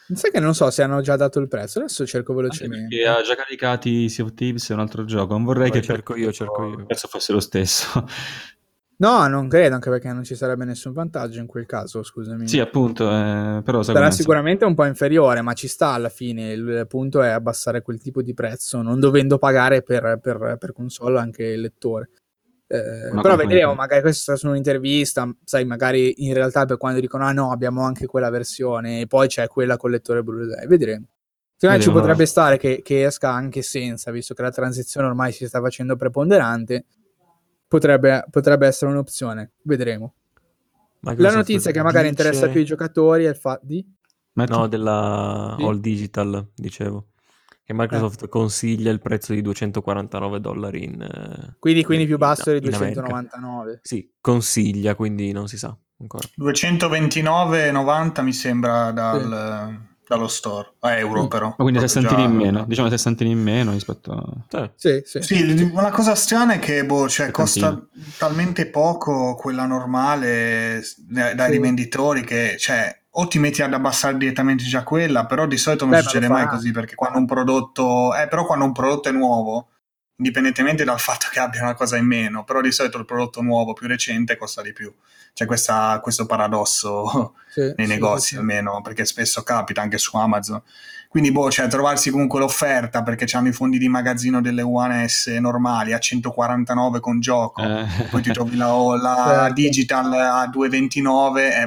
Sai che non so se hanno già dato il prezzo, adesso cerco velocemente. Perché ha già caricati Sea of Thieves e un altro gioco, non vorrei che cerco io. il prezzo fosse lo stesso. No, non credo, anche perché non ci sarebbe nessun vantaggio in quel caso, scusami. Sì, appunto, però sarà sicuramente un po' inferiore, ma ci sta alla fine. Il punto è abbassare quel tipo di prezzo, non dovendo pagare per console anche il lettore. Però vedremo, magari questa è un'intervista, sai, magari in realtà per quando dicono no, abbiamo anche quella versione e poi c'è quella con lettore Blu-ray, vedremo. Secondo me ci potrebbe stare che esca anche senza, visto che la transizione ormai si sta facendo preponderante, potrebbe essere un'opzione, vedremo. La notizia che magari interessa più i giocatori è il fatto di... No, della All Digital, dicevo. Che Microsoft consiglia il prezzo di $249 in quindi più basso di 299. Sì, consiglia, quindi non si sa ancora. 229,90 mi sembra dallo store, a euro però. Ma quindi 6 centini in meno, diciamo 6 centini in meno rispetto a... Sì, la cosa strana è che costa talmente poco quella normale dai rivenditori che, cioè, o ti metti ad abbassare direttamente già quella, però di solito non succede mai così, perché quando un prodotto è nuovo, indipendentemente dal fatto che abbia una cosa in meno, però di solito il prodotto nuovo più recente costa di più. C'è questo paradosso nei negozi almeno, perché spesso capita anche su Amazon. Quindi trovarsi comunque l'offerta perché c'hanno i fondi di magazzino delle One S normali a 149 con gioco, poi ti trovi la digital a 229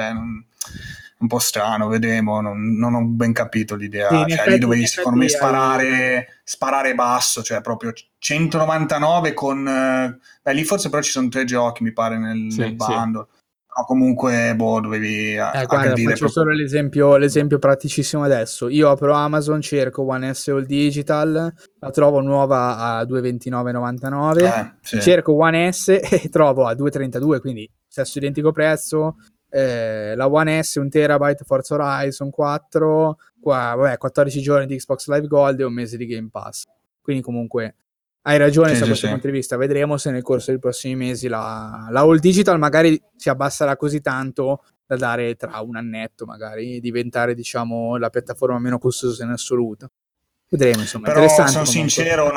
un po' strano, vedremo, non ho ben capito l'idea, lì dovevi secondo me sparare basso, cioè proprio 199 con lì forse però ci sono 3 giochi mi pare nel bundle. No, comunque dovevi guarda, faccio solo l'esempio praticissimo adesso. Io apro Amazon, cerco One S All Digital, la trovo nuova a 229,99, cerco One S e trovo a 232, quindi stesso identico prezzo. La One S 1 terabyte Forza Horizon 4 qua, 14 giorni di Xbox Live Gold e un mese di Game Pass, quindi comunque hai ragione da questo punto di vista. Vedremo se nel corso dei prossimi mesi la All Digital magari si abbasserà così tanto da dare tra un annetto magari diventare, diciamo, la piattaforma meno costosa in assoluto. Vedremo, insomma. Però sono sincero,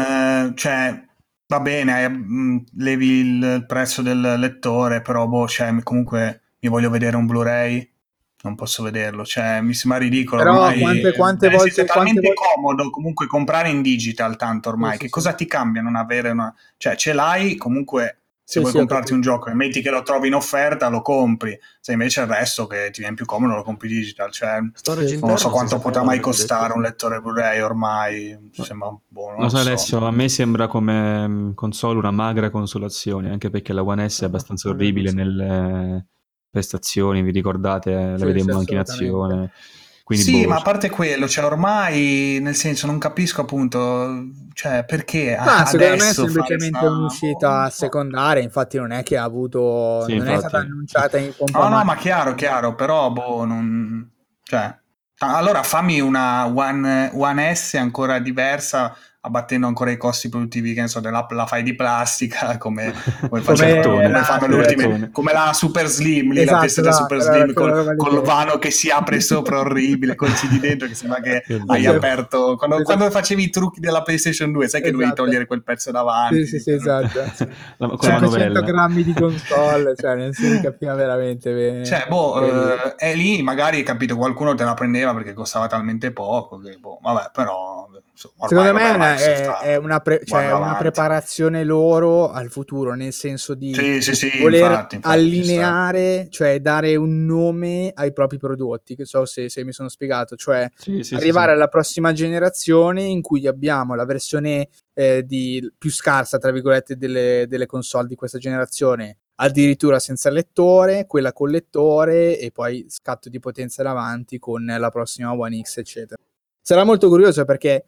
va bene, levi il prezzo del lettore, però comunque mi voglio vedere un Blu-ray, non posso vederlo, mi sembra ridicolo. Però ormai quante volte è talmente comodo comunque comprare in digital, tanto ormai che cosa ti cambia non avere una, ce l'hai comunque. Se vuoi comprarti un gioco e metti che lo trovi in offerta, lo compri. Se invece il resto che ti viene più comodo lo compri digital. Non so quanto potrà mai costare un lettore Blu-ray ormai. Sembra buono. Non so Alessio, a me sembra come console una magra consolazione, anche perché la One S è abbastanza orribile nelle prestazioni, vi ricordate? La vedemmo anche in azione. Quindi ma a parte quello, ormai, nel senso, non capisco appunto, perché secondo me è semplicemente un'uscita secondaria, infatti non è che ha avuto, non è stata annunciata in pompa. No, ma chiaro, però non, allora fammi una One S ancora diversa, abbattendo ancora i costi produttivi, che ne so, la fai di plastica come fanno le ultime, come la Super Slim lì, la PS3 Super Slim col vano che si apre sopra orribile col CD dentro, che sembra che hai aperto quando facevi i trucchi della PlayStation 2, sai che dovevi togliere quel pezzo davanti. Sì, esatto. 500 grammi di console, non si capiva veramente bene. E lì magari, capito, qualcuno te la prendeva perché costava talmente poco che vabbè, però secondo me è una preparazione loro al futuro, nel senso di voler infatti, allineare, cioè dare un nome ai propri prodotti, che so se mi sono spiegato, cioè arrivare alla prossima generazione in cui abbiamo la versione più scarsa, tra virgolette, delle console di questa generazione, addirittura senza lettore, quella con lettore e poi scatto di potenza davanti con la prossima One X, eccetera. Sarà molto curioso perché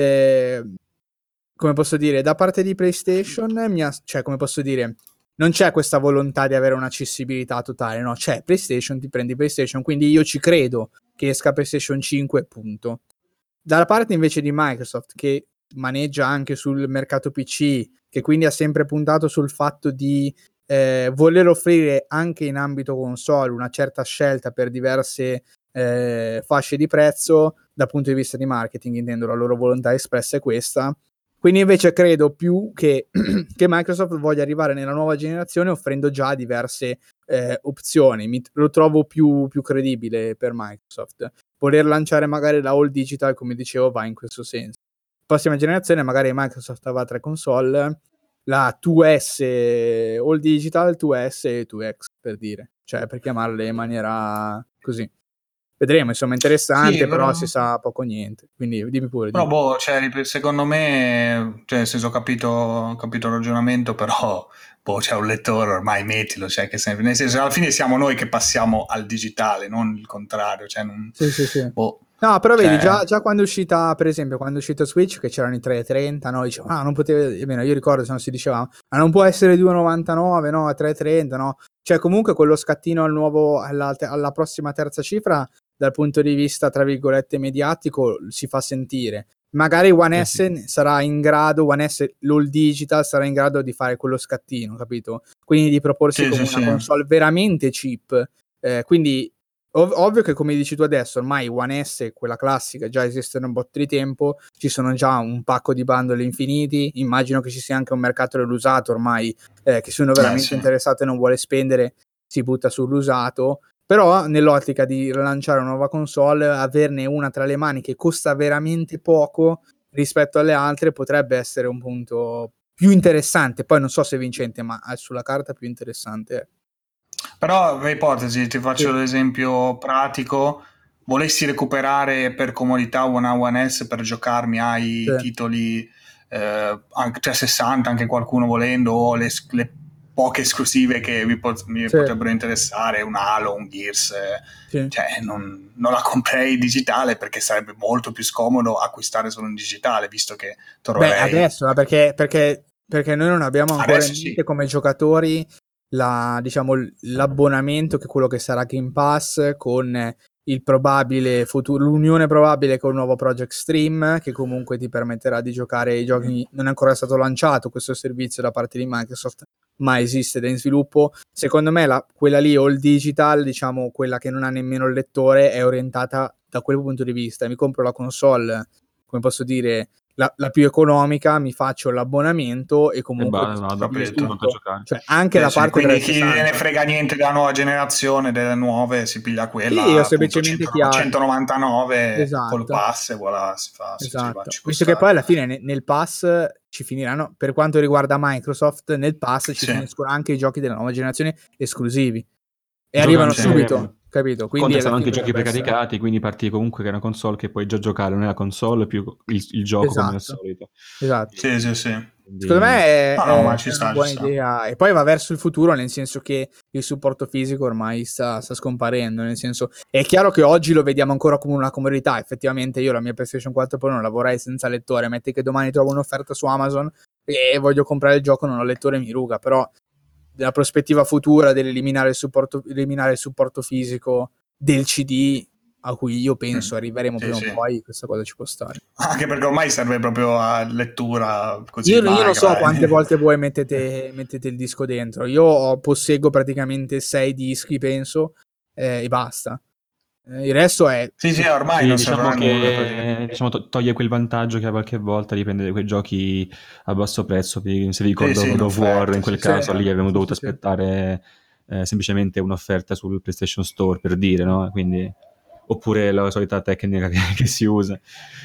come posso dire, da parte di PlayStation come posso dire, non c'è questa volontà di avere un'accessibilità totale, no, c'è PlayStation, ti prendi PlayStation, quindi io ci credo che esca PlayStation 5, punto. Dalla parte invece di Microsoft, che maneggia anche sul mercato PC, che quindi ha sempre puntato sul fatto di voler offrire anche in ambito console una certa scelta per diverse fasce di prezzo dal punto di vista di marketing, intendo, la loro volontà espressa è questa. Quindi invece credo più che Microsoft voglia arrivare nella nuova generazione offrendo già diverse opzioni. Lo trovo più credibile per Microsoft. Voler lanciare magari la all digital, come dicevo, va in questo senso. Prossima generazione magari Microsoft avrà 3 console, la 2S all digital, 2S e 2X, per dire, cioè per chiamarle in maniera così. Vedremo, insomma, interessante, sì, però si sa poco niente, quindi dimmi pure. Però cioè, secondo me, cioè, nel senso, ho capito il ragionamento, però c'è un lettore, ormai mettilo, cioè, che sempre, nel senso, alla fine siamo noi che passiamo al digitale, non il contrario, cioè, non, sì. No, però vedi, già quando è uscita, per esempio, quando è uscito Switch, che c'erano i 3,30, no, dicevano, non poteva, almeno io ricordo, se non si diceva, non può essere 2,99, no, 3,30, no, cioè comunque quello scattino al nuovo, alla prossima terza cifra, dal punto di vista, tra virgolette, mediatico, si fa sentire. Magari One S sarà in grado, One S, l'all digital, sarà in grado di fare quello scattino, capito? Quindi di proporsi come una console veramente cheap, quindi ovvio che, come dici tu adesso, ormai One S, quella classica, già esiste da un botto di tempo, ci sono già un pacco di bundle infiniti, immagino che ci sia anche un mercato dell'usato ormai, che se uno veramente interessato e non vuole spendere si butta sull'usato, però nell'ottica di rilanciare una nuova console, averne una tra le mani che costa veramente poco rispetto alle altre potrebbe essere un punto più interessante, poi non so se vincente, ma sulla carta più interessante. Però, per ipotesi, ti faccio l'esempio pratico, volessi recuperare per comodità One S per giocarmi ai titoli cioè 60, anche qualcuno volendo, o le poche esclusive che mi potrebbero interessare, un Halo, un Gears, cioè non la comprei digitale perché sarebbe molto più scomodo acquistare solo in digitale, visto che troverei... Beh, adesso, perché noi non abbiamo ancora in mente come giocatori diciamo, l'abbonamento, che è quello che sarà Game Pass, con il probabile futuro, l'unione probabile con il nuovo Project Stream, che comunque ti permetterà di giocare i giochi. Non è ancora stato lanciato questo servizio da parte di Microsoft, ma esiste ed è in sviluppo. Secondo me quella lì, all digital, diciamo quella che non ha nemmeno il lettore, è orientata da quel punto di vista. Mi compro la console, come posso dire, la più economica, mi faccio l'abbonamento e comunque cioè anche la parte, quindi chi ne frega niente della nuova generazione, delle nuove, si piglia quella, io semplicemente 199 col pass e voilà, si fa, visto che poi alla fine nel pass ci finiranno, per quanto riguarda Microsoft, nel pass ci finiscono anche i giochi della nuova generazione esclusivi e arrivano subito, capito? Quindi contano anche i giochi precaricati, quindi parti comunque che è una console che puoi già giocare, non è la console più il gioco come al solito. Esatto. Sì. Secondo me è una buona idea, e poi va verso il futuro, nel senso che il supporto fisico ormai sta scomparendo, nel senso, è chiaro che oggi lo vediamo ancora come una comodità. Effettivamente io la mia PlayStation 4 Pro non la vorrei senza lettore, metti che domani trovo un'offerta su Amazon e voglio comprare il gioco, non ho lettore, mi ruga, però della prospettiva futura dell'eliminare il supporto fisico del CD, a cui io penso arriveremo prima o poi, questa cosa ci può stare. Anche perché ormai serve proprio a lettura così. Io non so quante volte voi mettete il disco dentro. Io posseggo praticamente 6 dischi, penso, e basta. Il resto è... Sì, ormai non diciamo che toglie quel vantaggio che a qualche volta dipende da quei giochi a basso prezzo. Se vi ricordo God of War, in quel caso lì abbiamo dovuto aspettare semplicemente un'offerta sul PlayStation Store, per dire, no? Quindi, oppure la solita tecnica che si usa.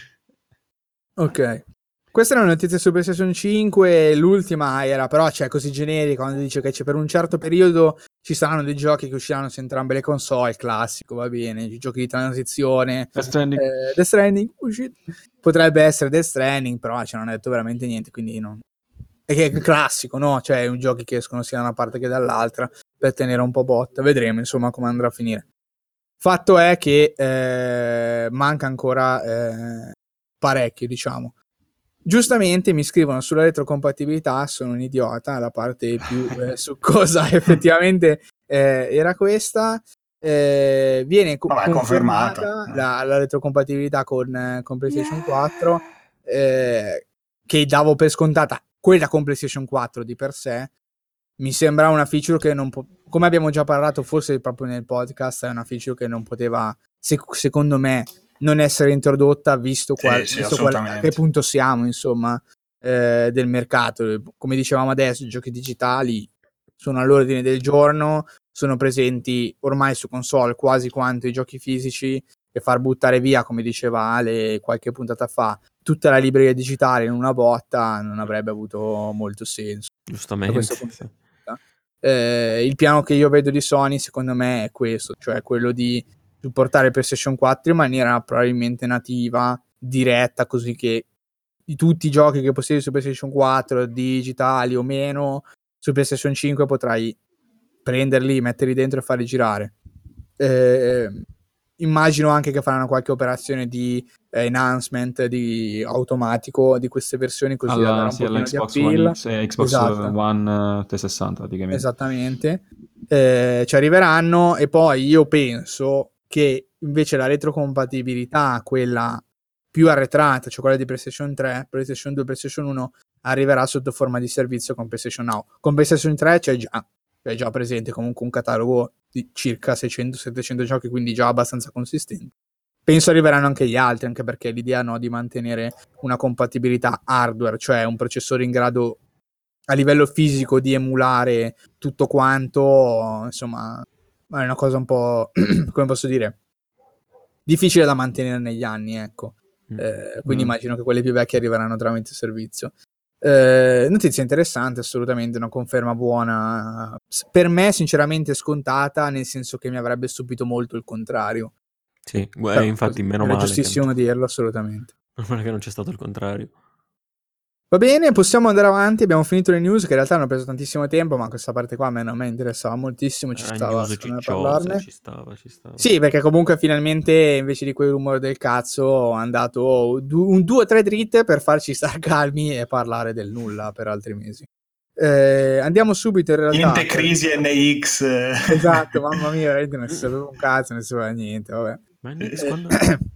Ok. Questa è una notizia su PlayStation 5, l'ultima era però, cioè, così generica, quando dice che per un certo periodo ci saranno dei giochi che usciranno su entrambe le console, classico, va bene, i giochi di transizione. Death Stranding potrebbe essere Death Stranding, però ci non hanno detto veramente niente, quindi non... È che è classico, no? Cioè, un giochi che escono sia da una parte che dall'altra per tenere un po' botta. Vedremo, insomma, come andrà a finire. Fatto è che manca ancora parecchio, diciamo. Giustamente mi scrivono sulla retrocompatibilità, sono un idiota, la parte più su cosa effettivamente era questa. Viene confermata la retrocompatibilità con PlayStation 4, che davo per scontata quella con PlayStation 4 di per sé. Mi sembra una feature che non come abbiamo già parlato forse proprio nel podcast, è una feature che non poteva secondo me non essere introdotta, visto a che punto siamo, insomma, del mercato. Come dicevamo adesso, i giochi digitali sono all'ordine del giorno, sono presenti ormai su console quasi quanto i giochi fisici, e far buttare via, come diceva Ale qualche puntata fa, tutta la libreria digitale in una botta non avrebbe avuto molto senso. Giustamente. Il piano che io vedo di Sony, secondo me, è questo, cioè quello di supportare PlayStation 4 in maniera probabilmente nativa, diretta, così che di tutti i giochi che possiedi su PlayStation 4, digitali o meno, su PlayStation 5 potrai prenderli, metterli dentro e farli girare. Immagino anche che faranno qualche operazione di enhancement di automatico di queste versioni, così da dare un pochino di appeal. One X e Xbox One 360 praticamente. Esattamente. Ci arriveranno, e poi io penso che invece la retrocompatibilità, quella più arretrata, cioè quella di PlayStation 3, PlayStation 2, PlayStation 1, arriverà sotto forma di servizio con PlayStation Now. Con PlayStation 3 c'è già presente comunque un catalogo di circa 600-700 giochi, quindi già abbastanza consistente. Penso arriveranno anche gli altri, anche perché l'idea di mantenere una compatibilità hardware, cioè un processore in grado a livello fisico di emulare tutto quanto, insomma, è una cosa un po', come posso dire, difficile da mantenere negli anni, ecco. Quindi immagino che quelle più vecchie arriveranno tramite servizio. Notizia interessante, assolutamente, una conferma buona, per me sinceramente scontata, nel senso che mi avrebbe stupito molto il contrario. Sì, infatti meno male. È giustissimo dirlo, assolutamente. Meno male che non c'è stato il contrario. Va bene, possiamo andare avanti, abbiamo finito le news, che in realtà hanno preso tantissimo tempo, ma questa parte qua a me interessava moltissimo, ci stava a parlarne. Ci stava. Sì, perché comunque finalmente, invece di quei rumori del cazzo, hanno dato 2 o 3 dritte per farci star calmi e parlare del nulla per altri mesi. Andiamo subito in realtà. Niente crisi NX. Esatto, mamma mia, veramente non si sapeva un cazzo, non si sapeva niente, vabbè. Ma NX quando...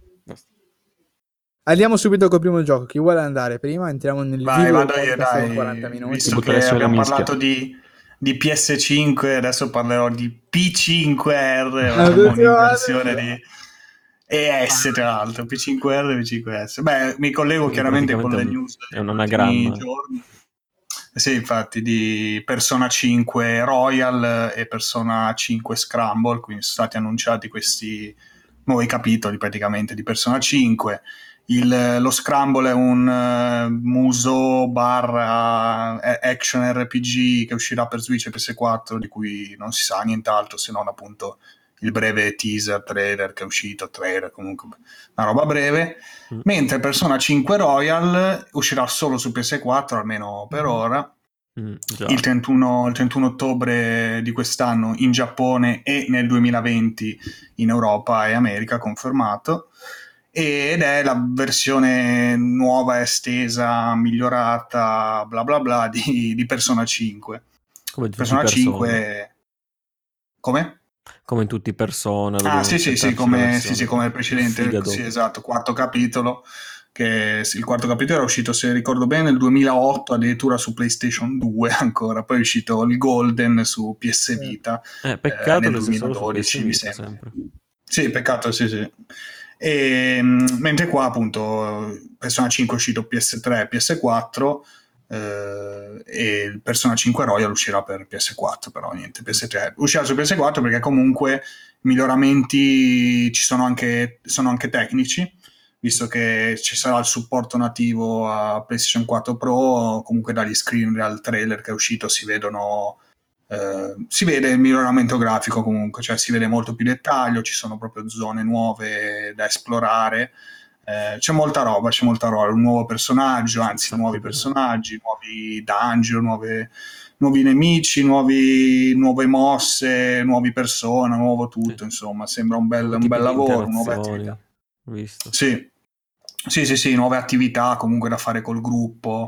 Andiamo subito col primo gioco. Chi vuole andare prima? Entriamo nel vivo dai, 40 minuti. Visto che abbiamo parlato di PS5, adesso parlerò di P5R, un'inversione di ES, tra l'altro, P5R e P5S. Beh, mi collego chiaramente con le news è un anagramma. Sì, infatti, di Persona 5 Royal e Persona 5 Scramble, quindi sono stati annunciati questi nuovi capitoli praticamente di Persona 5. Lo Scramble è un muso barra action RPG che uscirà per Switch e PS4, di cui non si sa nient'altro se non appunto il breve teaser trailer che è uscito, comunque una roba breve, mentre Persona 5 Royal uscirà solo su PS4, almeno per ora, il 31 ottobre di quest'anno in Giappone e nel 2020 in Europa e America, confermato, ed è la versione nuova, estesa, migliorata, bla bla bla di Persona 5. Come Persona 5 come? Come in tutti i Persona. Sì, come il precedente, sì, esatto, quarto capitolo, che il quarto capitolo era uscito, se ricordo bene, nel 2008, addirittura su PlayStation 2 ancora, poi è uscito il Golden su PS Vita, peccato nel 2012 mi sembra. Sempre. Sì, peccato, sì. E, mentre qua appunto Persona 5 è uscito PS3 e PS4, e il Persona 5 Royal uscirà per PS4, però niente, PS3 uscirà su PS4 perché comunque miglioramenti sono anche tecnici, visto che ci sarà il supporto nativo a PlayStation 4 Pro. Comunque dagli screen real trailer che è uscito si vede il miglioramento grafico, comunque, cioè si vede molto più dettaglio, ci sono proprio zone nuove da esplorare, c'è molta roba, un nuovo personaggio, anzi nuovi personaggi, nuovi dungeon, nuovi nemici, nuove mosse, nuovi persona, nuovo tutto, insomma, sembra un bel lavoro, nuove attività. Visto. Sì, nuove attività comunque da fare col gruppo,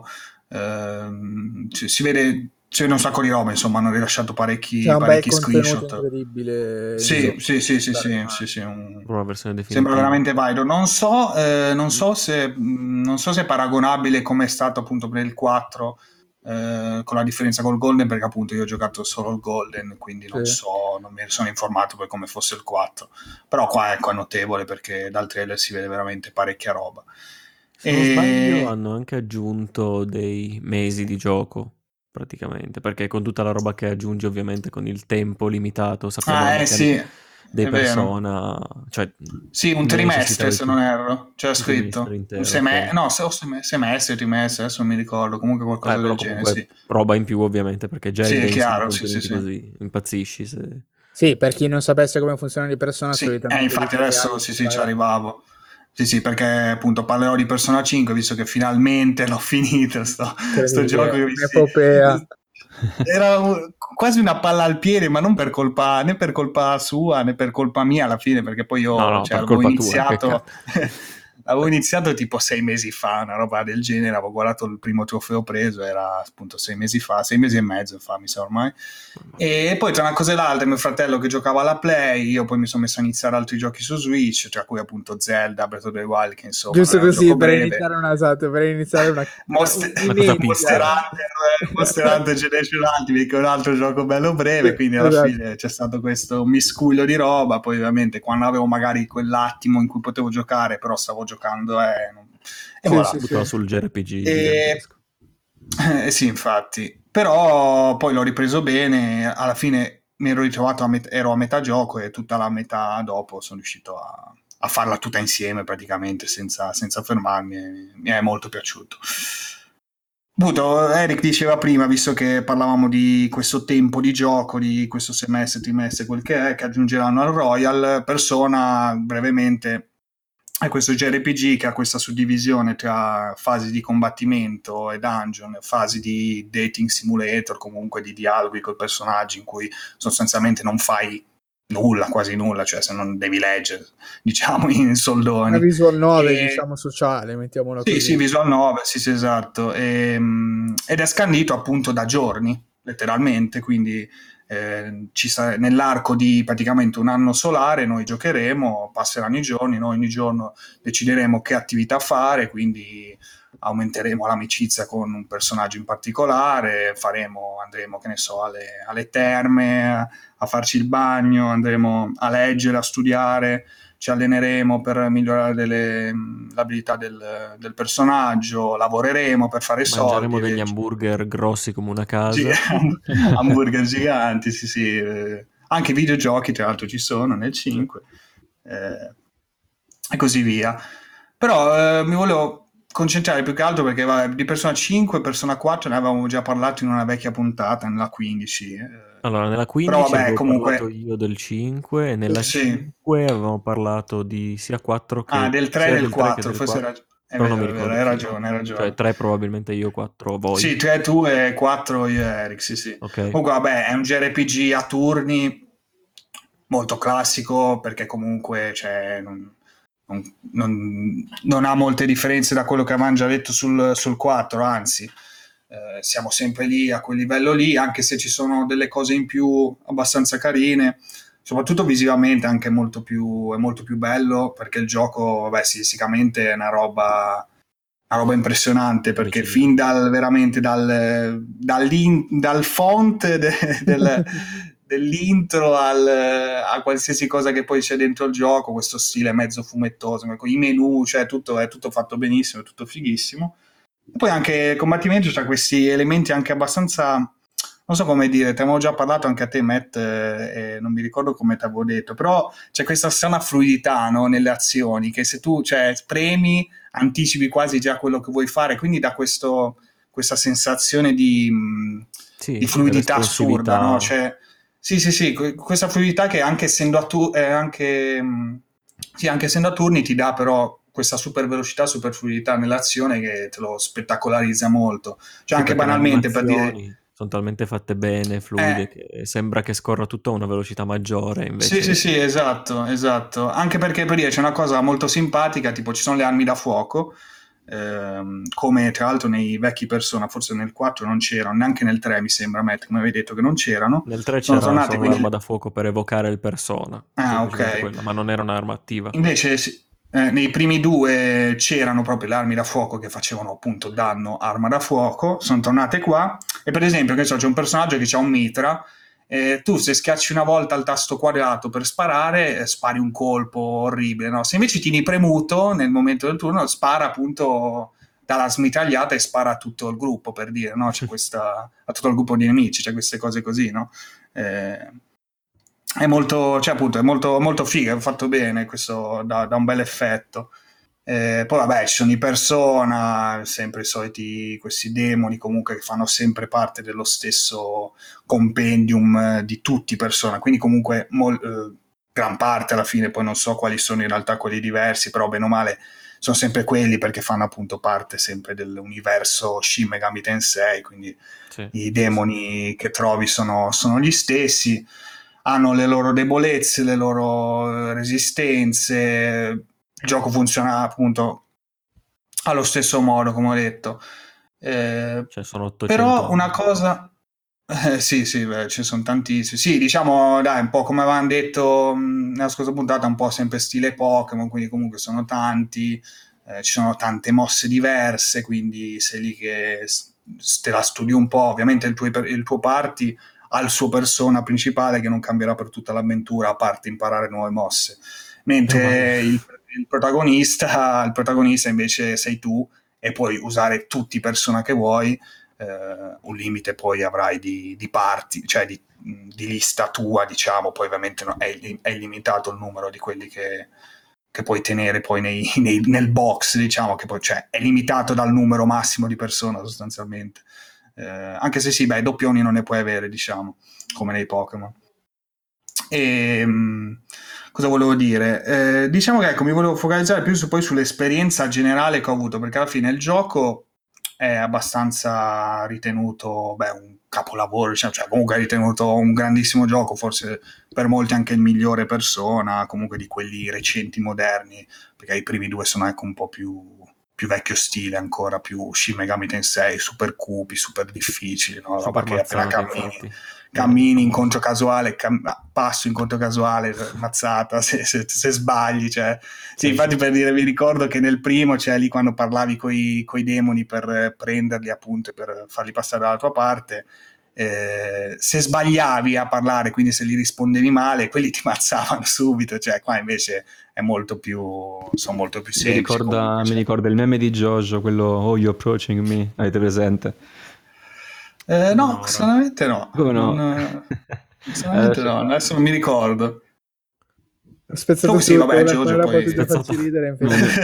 si vede. C'è un sacco di roba, insomma, hanno rilasciato parecchi screenshot. Incredibile. Sì, una versione definitiva. Sembra veramente valido. Non so se è paragonabile come è stato appunto per il 4 con la differenza col Golden, perché appunto io ho giocato solo il Golden, quindi non mi sono informato per come fosse il 4, però qua ecco è notevole perché dal trailer si vede veramente parecchia roba. Se non sbaglio hanno anche aggiunto dei mesi di gioco praticamente, perché con tutta la roba che aggiungi ovviamente con il tempo limitato, sappiamo la meccanica dei Persona, cioè sì, un trimestre se non erro, c'era scritto intero, semestre, trimestre, adesso non mi ricordo, comunque qualcosa del genere, sì. Roba in più ovviamente, perché già sì, il chiaro, così impazzisci se... Sì, per chi non sapesse come funzionano i Persona, solitamente infatti adesso ci arrivavo. Sì, perché appunto parlerò di Persona 5, visto che finalmente l'ho finito sto gioco che era quasi una palla al piede, ma non per colpa né per colpa sua né per colpa mia alla fine, perché poi io avevo iniziato tipo 6 mesi fa, una roba del genere, avevo guardato il primo trofeo preso, era appunto 6 mesi e mezzo fa, mi sa ormai. E poi tra una cosa e l'altra, mio fratello che giocava alla Play, io poi mi sono messo a iniziare altri giochi su Switch, tra cui appunto Zelda, Breath of the Wild, che insomma giusto così per iniziare una Monster Hunter Generation Ultimate, che è un altro gioco bello breve, quindi alla fine c'è stato questo miscuglio di roba. Poi ovviamente quando avevo magari quell'attimo in cui potevo giocare, però stavo giocando buttavo sul JRPG sì, infatti, però poi l'ho ripreso bene, alla fine mi ero ritrovato ero a metà gioco e tutta la metà dopo sono riuscito a farla tutta insieme praticamente senza fermarmi, mi è molto piaciuto. Eric diceva prima, visto che parlavamo di questo tempo di gioco, di questo semestre, trimestre, quel che è, che aggiungeranno al Royal, Persona brevemente è questo JRPG che ha questa suddivisione tra fasi di combattimento e dungeon, fasi di dating simulator, comunque di dialoghi col personaggio in cui sostanzialmente non fai nulla, quasi nulla, cioè se non devi leggere, diciamo in soldoni. Una visual novel, diciamo sociale, mettiamola così. Sì, visual novel, sì, esatto. Ed è scandito appunto da giorni, letteralmente, quindi nell'arco di praticamente un anno solare noi giocheremo, passeranno i giorni, noi ogni giorno decideremo che attività fare, quindi aumenteremo l'amicizia con un personaggio in particolare, andremo che ne so alle terme a farci il bagno, andremo a leggere, a studiare, ci alleneremo per migliorare l'abilità del personaggio, lavoreremo per fare soldi. Mangeremo degli hamburger grossi come una casa. Hamburger giganti, sì. Anche videogiochi, tra l'altro, ci sono nel 5. E così via. Però mi volevo concentrare più che altro perché di Persona 5 e Persona 4 ne avevamo già parlato in una vecchia puntata, nella 15. Allora, nella 15 avevo parlato io del 5 e nella 5 avevamo parlato di sia 4 che... del 3 e del 4, forse era... Però non mi ricordo. Hai ragione. Cioè 3 probabilmente io, 4 voi. Sì, 3 tu e 4 io e Eric, sì. Okay. Comunque è un JRPG a turni molto classico perché comunque non ha molte differenze da quello che avevamo già detto sul 4, anzi siamo sempre lì a quel livello lì, anche se ci sono delle cose in più abbastanza carine, soprattutto visivamente anche è molto più bello perché il gioco stilisticamente è una roba impressionante, perché fin veramente dal font dell'intro a qualsiasi cosa che poi c'è dentro il gioco, questo stile mezzo fumettoso, i menu, cioè è tutto fatto benissimo, è tutto fighissimo. E poi anche il combattimento c'ha questi elementi anche abbastanza, non so come dire, te avevo già parlato anche a te Matt, non mi ricordo come ti avevo detto, però c'è questa strana fluidità, no, nelle azioni, che se tu premi anticipi quasi già quello che vuoi fare, quindi dà questa sensazione di fluidità assurda, no? Cioè, sì, questa fluidità che anche essendo a turni ti dà però questa super velocità, super fluidità nell'azione che te lo spettacolarizza molto. Cioè anche banalmente per dire... sono talmente fatte bene, fluide, che sembra che scorra tutto a una velocità maggiore. Invece... Sì, esatto. Anche perché per dire c'è una cosa molto simpatica, tipo ci sono le armi da fuoco, come tra l'altro nei vecchi Persona, forse nel 4 non c'erano, neanche nel 3 mi sembra, Matt, come avevi detto che non c'erano. Nel 3 c'era un'arma da fuoco per evocare il Persona. Ok. Quella, ma non era un'arma attiva. Invece nei primi 2 c'erano proprio le armi da fuoco che facevano appunto danno arma da fuoco, sono tornate qua, e per esempio che so, c'è un personaggio che ha un mitra, tu se schiacci una volta il tasto quadrato per sparare, spari un colpo orribile, no? Se invece tieni premuto nel momento del turno, spara appunto dalla smitragliata e spara a tutto il gruppo, per dire, no? C'è questa, a tutto il gruppo di nemici, c'è queste cose così, no? È molto, cioè appunto, è molto, molto figo, è fatto bene, questo dà un bel effetto. Poi vabbè, ci sono i persona, sempre i soliti, questi demoni comunque che fanno sempre parte dello stesso compendium di tutti i persona, quindi comunque gran parte alla fine, poi non so quali sono in realtà quelli diversi, però bene o male sono sempre quelli, perché fanno appunto parte sempre dell'universo Shin Megami Tensei, quindi sì, i demoni che trovi sono gli stessi, hanno le loro debolezze, le loro resistenze. Il gioco funziona appunto allo stesso modo, come ho detto. Cioè sono 800 però una cosa... sì, beh, ci sono tantissimi. Sì, diciamo, dai, un po' come avevano detto nella scorsa puntata, un po' sempre stile Pokémon, quindi comunque sono tanti, ci sono tante mosse diverse, quindi sei lì che te la studi un po'. Ovviamente il tuo party ha il suo persona principale che non cambierà per tutta l'avventura, a parte imparare nuove mosse. Mentre il protagonista invece sei tu, e puoi usare tutti i persona che vuoi. Un limite poi avrai di parti, cioè di lista tua, diciamo. Poi ovviamente è limitato il numero di quelli che puoi tenere poi nel box, diciamo, che poi cioè, è limitato dal numero massimo di persone sostanzialmente. Anche se sì, doppioni non ne puoi avere, diciamo, come nei Pokémon. E cosa volevo dire? Diciamo che ecco, mi volevo focalizzare più poi sull'esperienza generale che ho avuto, perché alla fine il gioco è abbastanza ritenuto un capolavoro, cioè comunque è ritenuto un grandissimo gioco, forse per molti anche il migliore persona, comunque di quelli recenti moderni, perché i primi 2 sono ecco un po' più vecchio stile, ancora più Shin Megami Tensei, super cupi, super difficili, no? Roba che appena cammini incontro casuale, passo incontro casuale, mazzata se sbagli, cioè. Sì, infatti per dire, vi ricordo che nel primo, cioè lì quando parlavi coi demoni per prenderli appunto e per farli passare dalla tua parte, se sbagliavi a parlare, quindi se li rispondevi male, quelli ti mazzavano subito, cioè qua invece è molto più, sono molto più semplici. Mi ricorda il meme di Jojo, quello "Oh, you approaching me", avete presente? No, personalmente no. Come no? Personalmente no, adesso non mi ricordo. Spezzato sì, vabbè, Jojo poi farci ridere.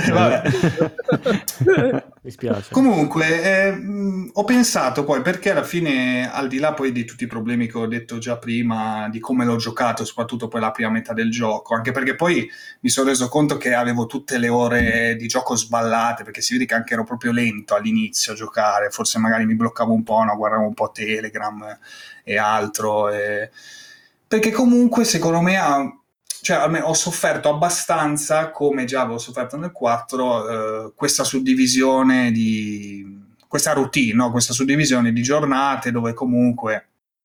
Mi spiace. Comunque ho pensato poi, perché alla fine, al di là poi di tutti i problemi che ho detto già prima, di come l'ho giocato, soprattutto poi la prima metà del gioco, anche perché poi mi sono reso conto che avevo tutte le ore di gioco sballate, perché si vede che anche ero proprio lento all'inizio a giocare, forse magari mi bloccavo un po', no? Guardavo un po' Telegram e altro, perché comunque secondo me cioè almeno ho sofferto abbastanza, come già avevo sofferto nel 4, questa suddivisione questa routine, no? Questa suddivisione di giornate dove comunque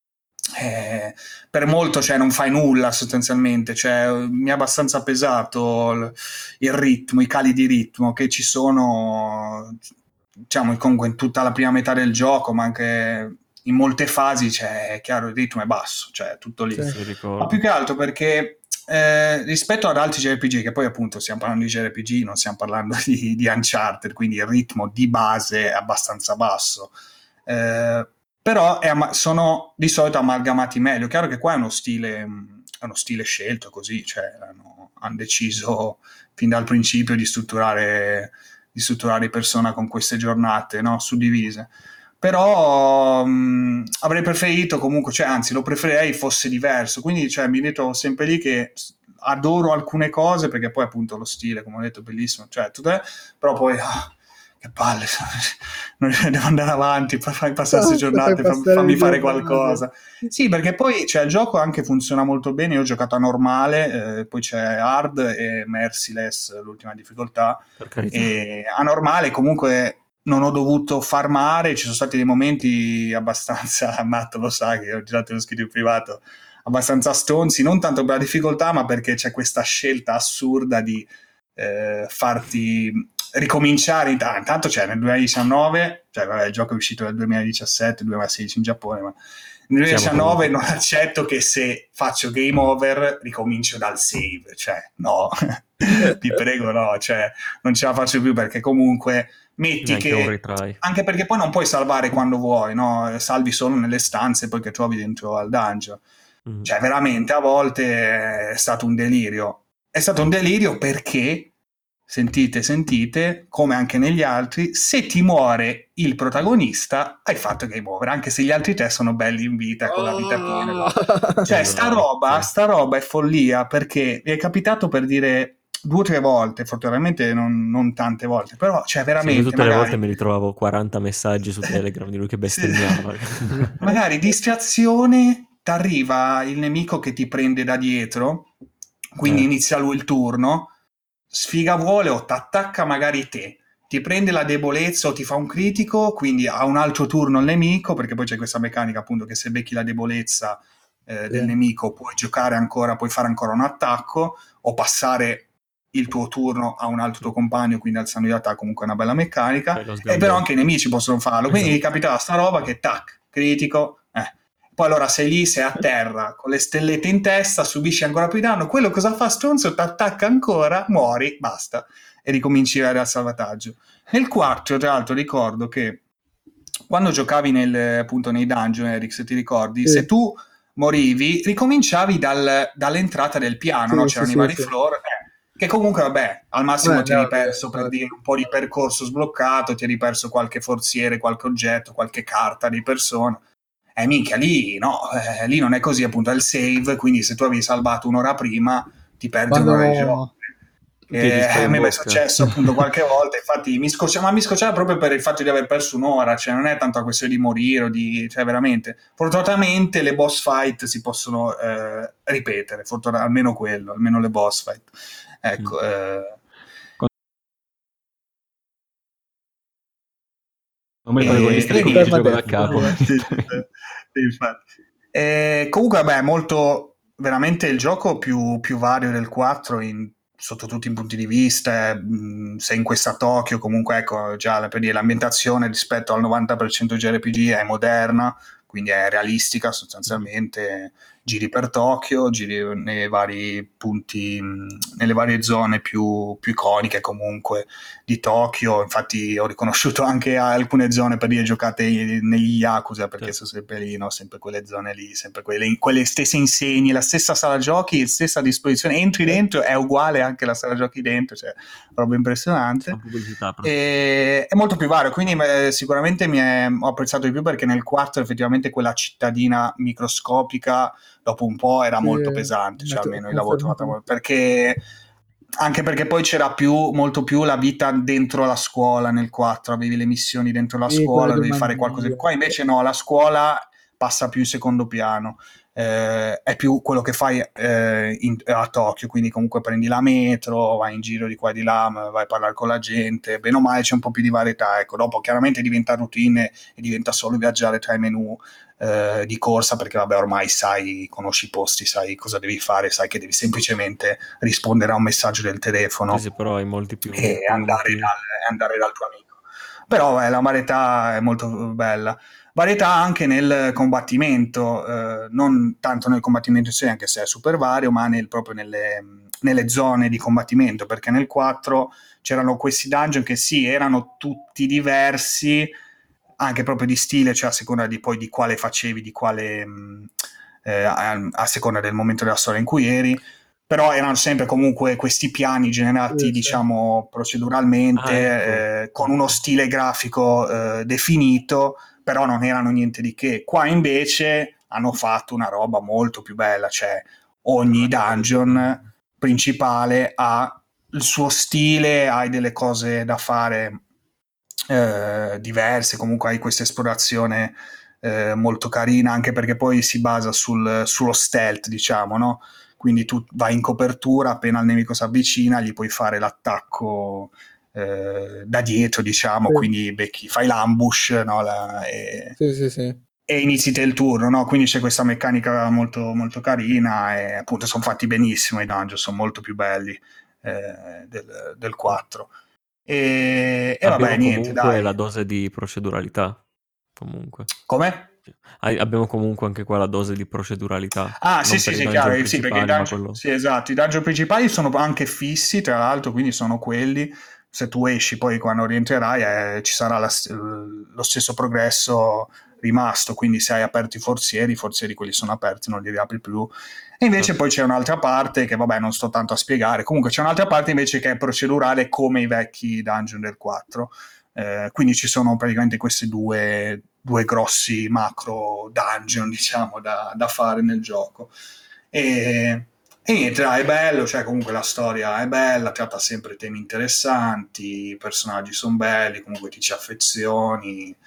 per molto, cioè, non fai nulla sostanzialmente, cioè, mi ha abbastanza pesato il ritmo, i cali di ritmo che ci sono, diciamo, comunque in tutta la prima metà del gioco, ma anche in molte fasi, cioè, è chiaro, il ritmo è basso, cioè tutto lì. Ma più che altro perché rispetto ad altri JRPG, che poi appunto stiamo parlando di JRPG, non stiamo parlando di Uncharted, quindi il ritmo di base è abbastanza basso, però sono di solito amalgamati meglio. Chiaro che qua è uno stile scelto così, cioè hanno deciso fin dal principio di strutturare i persona con queste giornate, no? Suddivise. Però avrei preferito comunque, cioè anzi lo preferirei fosse diverso, quindi cioè, mi ritrovo sempre lì che adoro alcune cose, perché poi appunto lo stile, come ho detto, è bellissimo, cioè, però poi che palle, devo andare avanti, fammi passare queste giornate, fammi fare qualcosa. Sì, perché poi cioè, il gioco anche funziona molto bene. Io ho giocato a normale, poi c'è hard e merciless, l'ultima difficoltà, e a normale comunque non ho dovuto farmare, ci sono stati dei momenti abbastanza, Matt lo sa che ho girato lo scritto in privato, abbastanza stonzi, non tanto per la difficoltà, ma perché c'è questa scelta assurda di farti ricominciare. Intanto c'è nel 2019, cioè vabbè, il gioco è uscito nel 2017-2016 in Giappone, ma nel 2019 non accetto che se faccio game over ricomincio dal save, cioè no, ti prego, no, cioè non ce la faccio più, perché comunque metti neanche che un retry. anche perché poi non puoi salvare quando vuoi, no? Salvi solo nelle stanze poi che trovi dentro al dungeon. Cioè veramente a volte è stato un delirio. È stato un delirio perché, sentite, come anche negli altri, se ti muore il protagonista hai fatto game over, anche se gli altri tre sono belli in vita con la vita piena. Cioè sta roba è follia, perché mi è capitato, per dire, 2 o 3 volte, fortunatamente non tante volte, però cioè veramente tutte le volte mi ritrovavo 40 messaggi su Telegram di lui che bestemmiava. Magari distrazione, t'arriva il nemico che ti prende da dietro, quindi inizia lui il turno, sfiga vuole o t'attacca magari te, ti prende la debolezza o ti fa un critico, quindi ha un altro turno il nemico, perché poi c'è questa meccanica appunto che se becchi la debolezza del nemico puoi giocare ancora, puoi fare ancora un attacco o passare il tuo turno a un altro tuo compagno, quindi alzando di attacco. Comunque è una bella meccanica, e però anche i nemici possono farlo, quindi mi capitava sta roba che tac, critico, poi allora sei lì, sei a terra con le stellette in testa, subisci ancora più danno, quello cosa fa stronzo? Ti attacca ancora, muori, basta, e ricominci al salvataggio. Nel 4 tra l'altro ricordo che quando giocavi appunto nei dungeon, Eric, se ti ricordi, se tu morivi ricominciavi dall'entrata del piano, no? C'erano i vari floor, che comunque vabbè, al massimo ti eri perso per dire un po' di percorso sbloccato, ti eri perso qualche forziere, qualche oggetto, qualche carta di persona. Minchia, lì no, lì non è così, appunto, è il save, quindi se tu avevi salvato un'ora prima ti perdi un'ora di gioco. A me è successo appunto qualche volta, infatti mi scocciava proprio per il fatto di aver perso un'ora, cioè non è tanto una questione di morire o cioè veramente, fortunatamente le boss fight si possono ripetere, almeno quello, almeno le boss fight, ecco. Come il protagonista ricomincia il gioco da capo. Comunque vabbè, molto veramente il gioco più vario del 4 sotto tutti i punti di vista. Sei in questa Tokyo, comunque ecco, già per dire, l'ambientazione rispetto al 90% JRPG è moderna, quindi è realistica sostanzialmente. Giri per Tokyo, giri nei vari punti, nelle varie zone più iconiche comunque di Tokyo. Infatti ho riconosciuto anche alcune zone, per dire, giocate negli Yakuza, perché sono sempre lì, no? Sempre quelle zone lì, sempre quelle stesse insegne, la stessa sala giochi, la stessa disposizione, entri dentro, è uguale anche la sala giochi dentro, cioè roba impressionante. È molto più vario, quindi sicuramente ho apprezzato di più, perché nel 4 effettivamente quella cittadina microscopica dopo un po' era molto pesante, cioè almeno il lavoro trovato, anche perché poi c'era molto più la vita dentro la scuola. Nel 4 avevi le missioni dentro la scuola, dovevi fare qualcosa. Qua invece no, la scuola passa più in secondo piano, è più quello che fai a Tokyo, quindi comunque prendi la metro, vai in giro di qua e di là, vai a parlare con la gente, bene o male c'è un po' più di varietà, ecco. Dopo chiaramente diventa routine e diventa solo viaggiare tra i menu di corsa, perché vabbè, ormai conosci i posti, sai cosa devi fare, sai che devi semplicemente rispondere a un messaggio del telefono, però hai molti più e andare dal tuo amico. Però la varietà è molto bella. Varietà anche nel combattimento, non tanto nel combattimento in sé, anche se è super vario, ma proprio nelle zone di combattimento, perché nel 4 c'erano questi dungeon che sì, erano tutti diversi, anche proprio di stile, cioè a seconda di quale facevi, di quale a seconda del momento della storia in cui eri, però erano sempre comunque questi piani generati, diciamo, proceduralmente, con uno stile grafico definito, però non erano niente di che. Qua invece hanno fatto una roba molto più bella, cioè ogni dungeon principale ha il suo stile, hai delle cose da fare diverse, comunque hai questa esplorazione molto carina, anche perché poi si basa sullo stealth, diciamo, no? Quindi tu vai in copertura, appena il nemico si avvicina gli puoi fare l'attacco da dietro, diciamo, quindi fai l'ambush, no? E inizi te il turno, no? Quindi c'è questa meccanica molto, molto carina, e appunto sono fatti benissimo i dungeon, sono molto più belli. del 4. E vabbè, niente, comunque dai. la dose di proceduralità, comunque. Come? Abbiamo comunque anche qua la dose di proceduralità. Sì, chiaro, sì, perché sì, esatto, i dungeon principali sono anche fissi, tra l'altro, quindi sono quelli. Se tu esci poi quando rientrerai ci sarà lo stesso progresso rimasto, quindi se hai aperto i forzieri quelli sono aperti, non li riapri più. E invece poi c'è un'altra parte che vabbè non sto tanto a spiegare, comunque c'è un'altra parte invece che è procedurale come i vecchi dungeon del 4, quindi ci sono praticamente questi due grossi macro dungeon, diciamo, da fare nel gioco. E niente, è bello, cioè comunque la storia è bella, tratta sempre temi interessanti, i personaggi sono belli, comunque ti ci affezioni.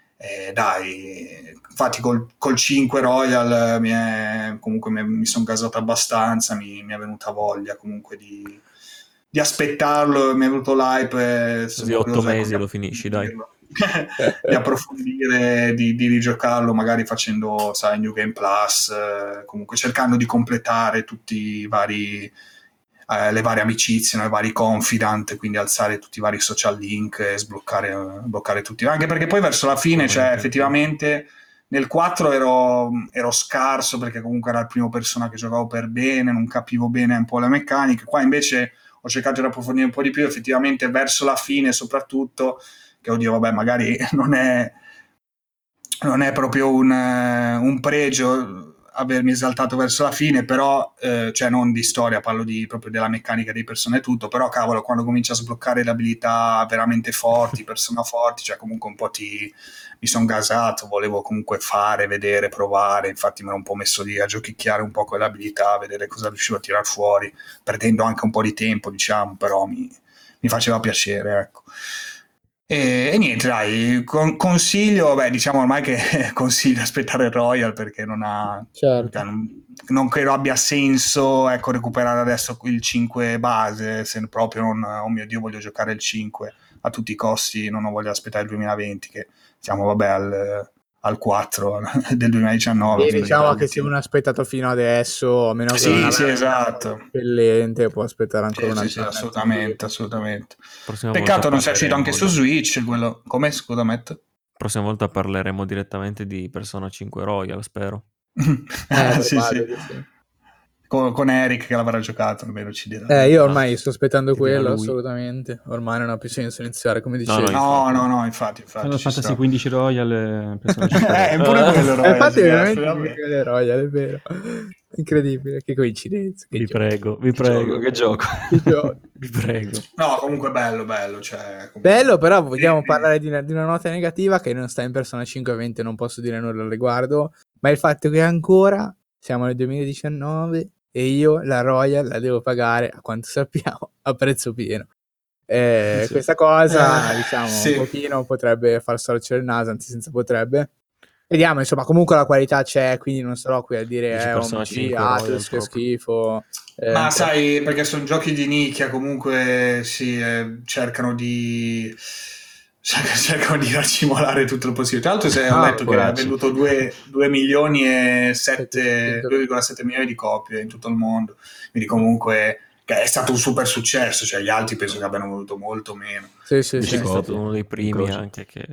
Dai, infatti col 5 Royal mi sono gasato abbastanza, mi è venuta voglia comunque di aspettarlo, mi è venuto l'hype. Così 8 mesi lo finisci, dai. Di approfondire, di rigiocarlo magari facendo, sai, New Game Plus, comunque cercando di completare tutti i vari le varie amicizie, no? I vari confidant, quindi alzare tutti i vari social link e bloccare tutti, anche perché poi verso la fine, cioè effettivamente nel 4 ero scarso perché comunque era il primo Persona che giocavo per bene, non capivo bene un po' le meccaniche, qua invece ho cercato di approfondire un po' di più, effettivamente verso la fine soprattutto, che oddio vabbè magari non è proprio un pregio avermi esaltato verso la fine, però cioè non di storia, parlo proprio della meccanica dei persone e tutto, però cavolo, quando cominci a sbloccare le abilità veramente forti, persona forti, cioè comunque un po' mi sono gasato, volevo comunque fare, vedere, provare, infatti mi ero un po' messo lì a giochicchiare un po' con le abilità, vedere cosa riuscivo a tirar fuori, perdendo anche un po' di tempo, diciamo, però mi faceva piacere, ecco. E niente, dai, consiglio, diciamo ormai che consiglio aspettare il Royal perché certo. non credo abbia senso, ecco, recuperare adesso il 5 base, se proprio oh mio Dio, voglio giocare il 5 a tutti i costi, non voglio aspettare il 2020, che siamo, vabbè, al 4 del 2019. E diciamo che se uno ha aspettato fino adesso, a meno che non abbia esatto. Eccellente, può aspettare ancora una sì, assolutamente. Prossima Peccato non sia uscito anche su Switch quello. Come, scusa, Matt? Prossima volta parleremo direttamente di Persona 5 Royal, spero. Sì. Con Eric che l'avrà giocato, almeno ci dirà. Io ormai sto aspettando quello, assolutamente. Ormai non ha più senso iniziare, come dicevi. No, infatti. Final Fantasy 15 Royal, è pure quello Royal. Infatti veramente Royal, è vero. Incredibile, che coincidenza. Vi prego. Che gioco. Vi prego. No, comunque bello. Cioè, comunque... Bello, però vogliamo parlare di una nota negativa che non sta in Persona 5 20, non posso dire nulla al riguardo, ma il fatto che ancora siamo nel 2019 e io la Royal la devo pagare, a quanto sappiamo, a prezzo pieno. Questa cosa, diciamo, un pochino potrebbe far storcere il naso, anzi senza potrebbe. Vediamo, insomma, comunque la qualità c'è, quindi non sarò qui a dire che schifo. Ma sai, perché sono giochi di nicchia, comunque cercano di racimolare tutto il possibile. Tra l'altro ho letto che ha venduto 2 milioni e 2,7 milioni di copie in tutto il mondo, quindi comunque che è stato un super successo, cioè gli altri penso che abbiano voluto molto meno. Sì. È stato uno dei primi anche che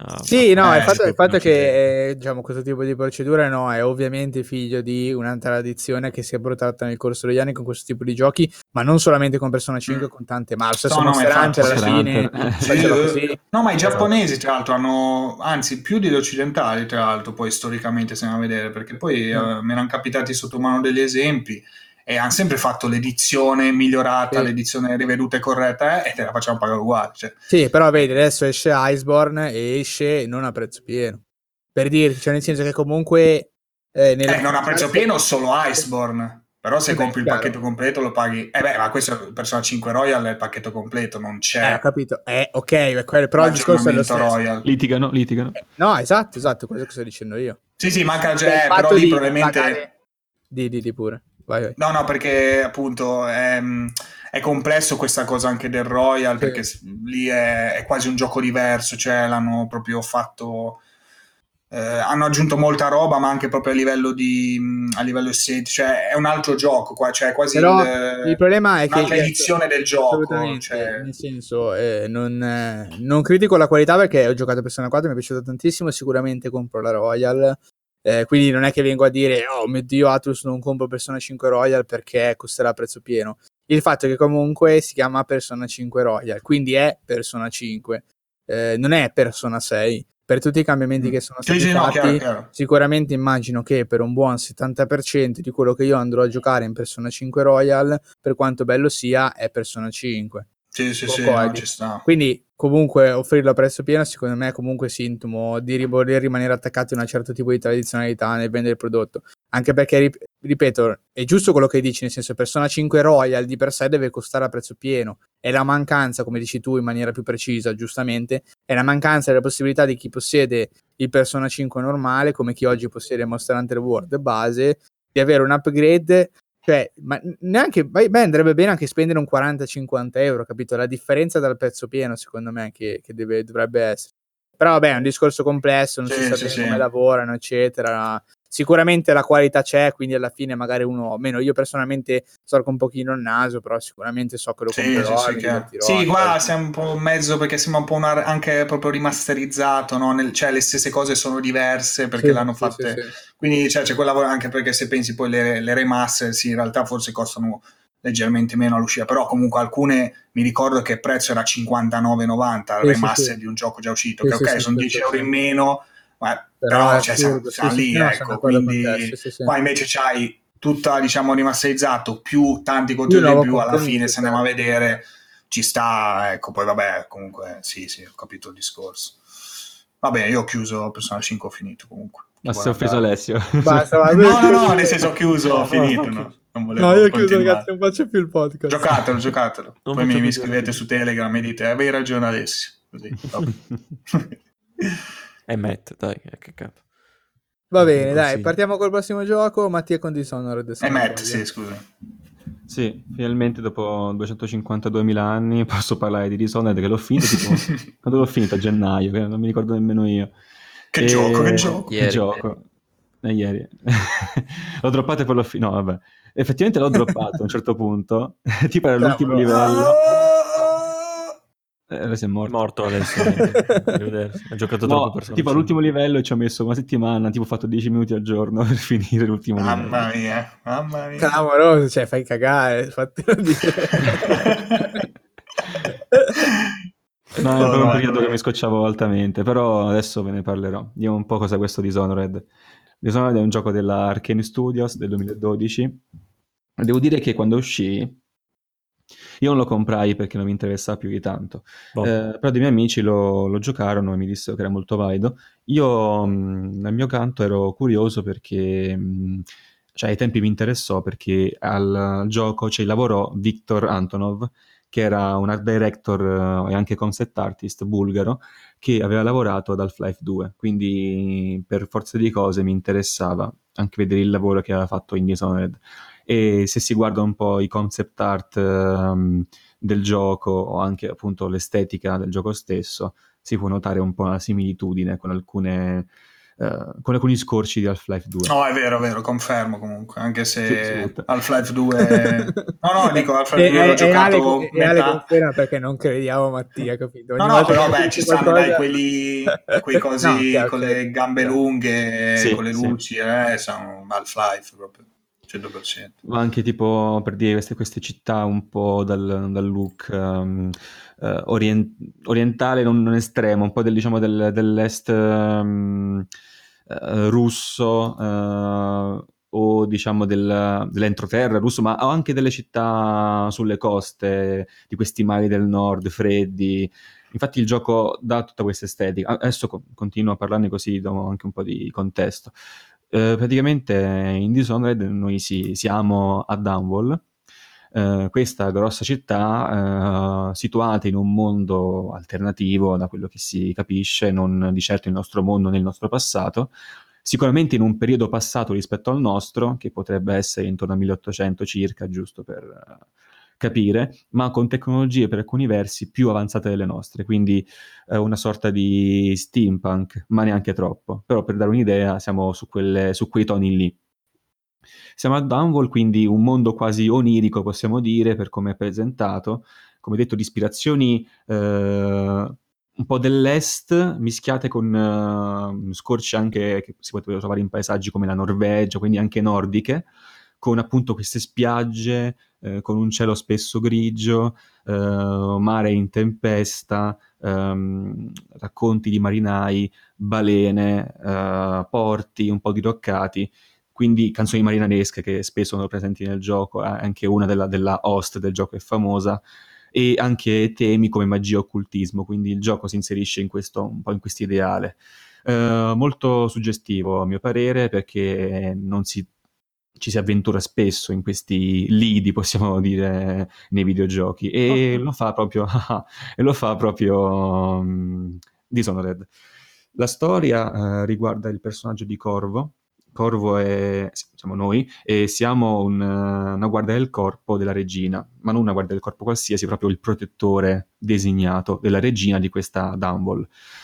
il fatto che diciamo questo tipo di procedura è ovviamente figlio di una tradizione che si è protratta nel corso degli anni con questo tipo di giochi, ma non solamente con Persona 5, con tante, ma lo stesso Monster Hunter alla fine così. No, ma i giapponesi tra l'altro hanno, anzi più degli occidentali tra l'altro, poi storicamente se andiamo a vedere, perché poi mi erano capitati sotto mano degli esempi e hanno sempre fatto l'edizione migliorata, l'edizione riveduta e corretta, e te la facciamo pagare uguale. Cioè. Sì, però vedi, adesso esce Iceborne e esce non a prezzo pieno. Per dirti, cioè nel senso che comunque... non a prezzo pieno solo Iceborne, però se compri il pacchetto completo lo paghi... ma questo è Persona 5 Royal, è il pacchetto completo, non c'è... ho capito, ok, però il discorso è lo stesso. Royal. Litigano. No, esatto, quello che sto dicendo io. Sì, manca però lì probabilmente... Di pure. Vai. No, perché appunto è complesso questa cosa anche del Royal, perché lì è quasi un gioco diverso, cioè l'hanno proprio fatto hanno aggiunto molta roba, ma anche proprio a livello estetico, cioè è un altro gioco qua, cioè quasi il problema è un'altra che edizione del gioco, assolutamente, cioè... nel senso non critico la qualità, perché ho giocato a Persona 4, mi è piaciuto tantissimo, sicuramente compro la Royal, quindi non è che vengo a dire oh mio Dio Atlus, non compro Persona 5 Royal perché costerà a prezzo pieno. Il fatto è che comunque si chiama Persona 5 Royal, quindi è Persona 5, non è Persona 6. Per tutti i cambiamenti che sono stati fatti, chiaro. Sicuramente immagino che per un buon 70% di quello che io andrò a giocare in Persona 5 Royal, per quanto bello sia, è Persona 5. Sì, no, ci sta. Quindi comunque offrirlo a prezzo pieno secondo me è comunque sintomo di voler rimanere attaccati a un certo tipo di tradizionalità nel vendere il prodotto, anche perché ripeto, è giusto quello che dici, nel senso Persona 5 Royal di per sé deve costare a prezzo pieno, è la mancanza, come dici tu in maniera più precisa giustamente, è la mancanza della possibilità di chi possiede il Persona 5 normale, come chi oggi possiede Monster Hunter World base, di avere un upgrade. Cioè, ma neanche, beh, andrebbe bene anche spendere un 40-50 euro, capito? La differenza dal prezzo pieno, secondo me, che dovrebbe essere. Però vabbè, è un discorso complesso, non si sa bene come lavorano, eccetera. Sicuramente la qualità c'è, quindi alla fine magari uno, meno io personalmente storco un pochino il naso, però sicuramente so che lo comprerò e mi divertirò. Sì, qua siamo un po' in mezzo, perché sembra un po' anche proprio rimasterizzato, no? Cioè le stesse cose sono diverse perché l'hanno fatte, quindi cioè, c'è quel lavoro, anche perché se pensi poi le remaster, sì, in realtà forse costano leggermente meno all'uscita, però comunque alcune mi ricordo che il prezzo era 59,90 al remaster di un gioco già uscito, che ok, sono 10 euro in meno, ma però cioè, siamo lì, ecco, quindi qua invece c'hai tutta, diciamo, rimasterizzato più tanti contenuti in più, alla fine se andiamo a vedere ci sta, ecco. Poi vabbè, comunque sì, ho capito il discorso. Vabbè, io ho chiuso Persona 5, ho finito comunque. Ma si è offeso Alessio. Basta, no, nel senso ho chiuso, ho finito, no. Non volevo io ho chiuso, ragazzi, non faccio più il podcast. Giocatelo. Poi mi scrivete su Telegram e dite avevi ragione Alessio, così. E Matt, dai, che capo. Va bene, dai, partiamo col prossimo gioco. Mattia con Dishonored. E Matt, sì, scusa. Sì, finalmente dopo 252.000 anni posso parlare di Dishonored, che l'ho finito tipo quando l'ho finito, a gennaio, che non mi ricordo nemmeno io. Che gioco. Ieri. L'ho droppato e poi l'ho finito. No, vabbè. Effettivamente l'ho droppato a un certo punto, tipo era l'ultimo livello. Adesso è morto adesso. Ha giocato troppo Persona tipo all'ultimo livello ci ho messo una settimana, tipo ho fatto 10 minuti al giorno per finire l'ultimo livello. Mamma mia. Clamoroso, cioè fai cagare, fatelo dire. No, era proprio un periodo che mi scocciavo altamente, però adesso ve ne parlerò. Vediamo un po' cosa è questo Dishonored. Dishonored è un gioco della Arcane Studios del 2012. Devo dire che quando uscì io non lo comprai perché non mi interessava più di tanto, però dei miei amici lo giocarono e mi dissero che era molto valido. Io nel mio canto ero curioso perché cioè ai tempi mi interessò perché al gioco lavorò Viktor Antonov, che era un art director e anche concept artist bulgaro, che aveva lavorato ad Half-Life 2, quindi per forza di cose mi interessava anche vedere il lavoro che aveva fatto in Dishonored. E se si guarda un po' i concept art del gioco o anche appunto l'estetica del gioco stesso, si può notare un po' una similitudine con alcuni scorci di Half-Life 2. No, è vero, confermo comunque, anche se Half-Life 2... No, dico Half-Life 2 l'ho giocato Ale conferma perché non crediamo Mattia, capito? No, però beh, ci stanno dai quei cosi con le gambe lunghe, con le luci, sono Half-Life proprio. 100%. Ma anche tipo per dire queste città un po' dal look orientale, non estremo, un po' dell'est russo o diciamo dell'entroterra russo, ma ho anche delle città sulle coste di questi mari del nord freddi. Infatti il gioco dà tutta questa estetica. Adesso continuo a parlarne così do anche un po' di contesto. Praticamente in Dishonored noi siamo a Dunwall, questa grossa città situata in un mondo alternativo da quello che si capisce, non di certo il nostro mondo nel nostro passato, sicuramente in un periodo passato rispetto al nostro, che potrebbe essere intorno al 1800 circa, giusto per capire, ma con tecnologie per alcuni versi più avanzate delle nostre, quindi una sorta di steampunk, ma neanche troppo. Però per dare un'idea siamo su quei toni lì. Siamo a Downwall, quindi un mondo quasi onirico, possiamo dire, per come è presentato, come detto, di ispirazioni un po' dell'est, mischiate con scorci anche che si potrebbero trovare in paesaggi come la Norvegia, quindi anche nordiche, con appunto queste spiagge, con un cielo spesso grigio, mare in tempesta, racconti di marinai, balene, porti un po' diroccati, quindi canzoni marinaresche che spesso sono presenti nel gioco, anche una della host del gioco è famosa, e anche temi come magia e occultismo, quindi il gioco si inserisce un po' in questo ideale. Molto suggestivo a mio parere, perché ci si avventura spesso in questi lidi, possiamo dire, nei videogiochi, e lo fa proprio Dishonored. La storia riguarda il personaggio di Corvo. Corvo siamo noi, e siamo una guardia del corpo della regina, ma non una guardia del corpo qualsiasi, proprio il protettore designato della regina di questa Downwall.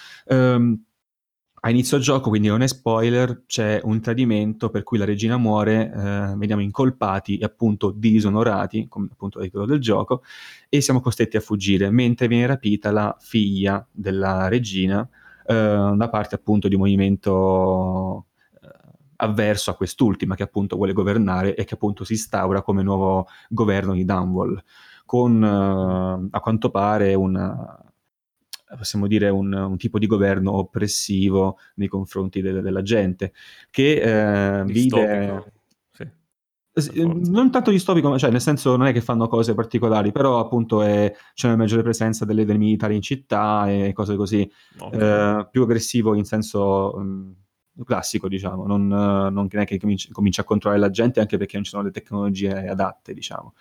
A inizio gioco, quindi non è spoiler, c'è un tradimento per cui la regina muore, veniamo incolpati e appunto disonorati, come appunto il titolo del gioco, e siamo costretti a fuggire, mentre viene rapita la figlia della regina da parte appunto di un movimento avverso a quest'ultima, che appunto vuole governare e che appunto si instaura come nuovo governo di Downwall, con a quanto pare possiamo dire un tipo di governo oppressivo nei confronti della gente, che vide... Sì, non tanto distopico, cioè nel senso non è che fanno cose particolari, però appunto c'è una maggiore presenza dei militari in città e cose così, okay. più aggressivo in senso classico, diciamo, non è che comincia a controllare la gente, anche perché non ci sono le tecnologie adatte, diciamo.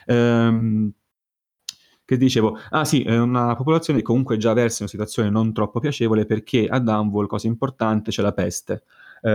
Che dicevo? Ah sì, è una popolazione che comunque già versa in una situazione non troppo piacevole, perché a Downwall, cosa importante, c'è la peste.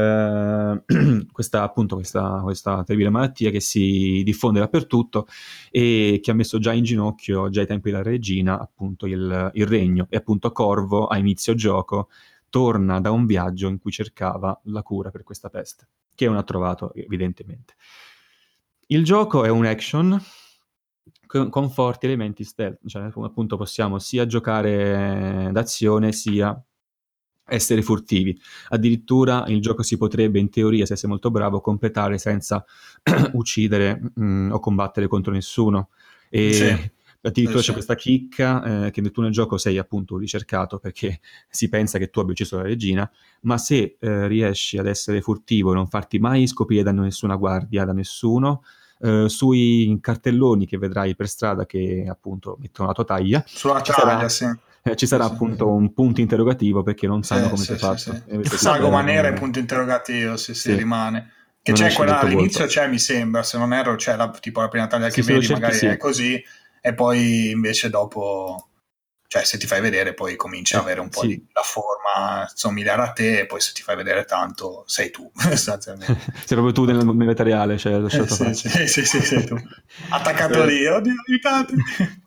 Questa terribile malattia che si diffonde dappertutto e che ha messo già in ginocchio, già ai tempi della regina, appunto il regno. E appunto Corvo, a inizio gioco, torna da un viaggio in cui cercava la cura per questa peste, che non ha trovato evidentemente. Il gioco è un action con forti elementi stealth, cioè appunto possiamo sia giocare d'azione sia essere furtivi. Addirittura il gioco si potrebbe, in teoria, se sei molto bravo, completare senza uccidere o combattere contro nessuno. E Sì. addirittura c'è questa chicca che tu nel gioco sei appunto ricercato perché si pensa che tu abbia ucciso la regina, ma se riesci ad essere furtivo e non farti mai scoprire da nessuna guardia, da nessuno, sui cartelloni che vedrai per strada che appunto mettono la tua taglia, sulla taglia, sì. Ci sarà appunto un punto interrogativo perché non sanno come sei fatto. Sagoma nera e punto interrogativo, sì, rimane. Che c'è quella all'inizio, mi sembra, se non erro, c'è tipo la prima taglia che vedi, magari è così, e poi invece dopo, cioè se ti fai vedere poi cominci a avere un po' di la forma somigliare a te, e poi se ti fai vedere tanto sei tu, sostanzialmente. Sei proprio tu nella vita reale, cioè sì, sei tu. Attaccato lì, oddio, aiutatemi.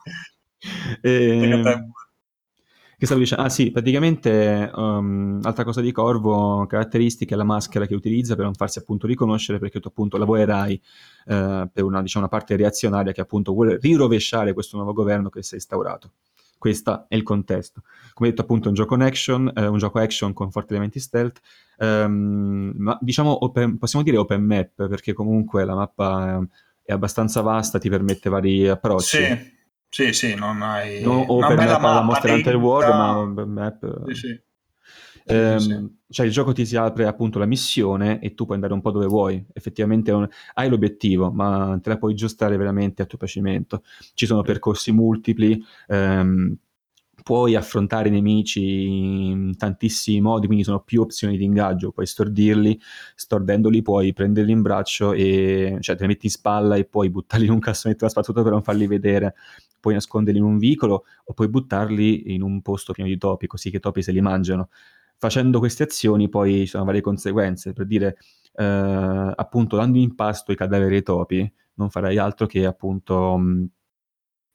Che stavo dicendo? Ah sì, praticamente altra cosa di Corvo, caratteristica è la maschera che utilizza per non farsi appunto riconoscere, perché tu appunto lavorerai per una parte reazionaria che appunto vuole rirovesciare questo nuovo governo che si è instaurato. Questo è il contesto. Come detto appunto un gioco action con forti elementi stealth, ma diciamo possiamo dire open map, perché comunque la mappa è abbastanza vasta, ti permette vari approcci. Sì, non hai una bella mappa alla Monster Hunter World, ma open map. Sì. Cioè il gioco ti si apre appunto la missione e tu puoi andare un po' dove vuoi. Effettivamente hai l'obiettivo, ma te la puoi aggiustare veramente a tuo piacimento. Ci sono percorsi multipli, puoi affrontare i nemici in tantissimi modi, quindi sono più opzioni di ingaggio. Puoi stordendoli puoi prenderli in braccio e cioè te li metti in spalla e poi buttarli in un cassonetto della spazzatura per non farli vedere, puoi nasconderli in un vicolo o puoi buttarli in un posto pieno di topi, così che i topi se li mangiano. Facendo queste azioni poi ci sono varie conseguenze, per dire appunto dando in pasto i cadaveri ai topi non farai altro che appunto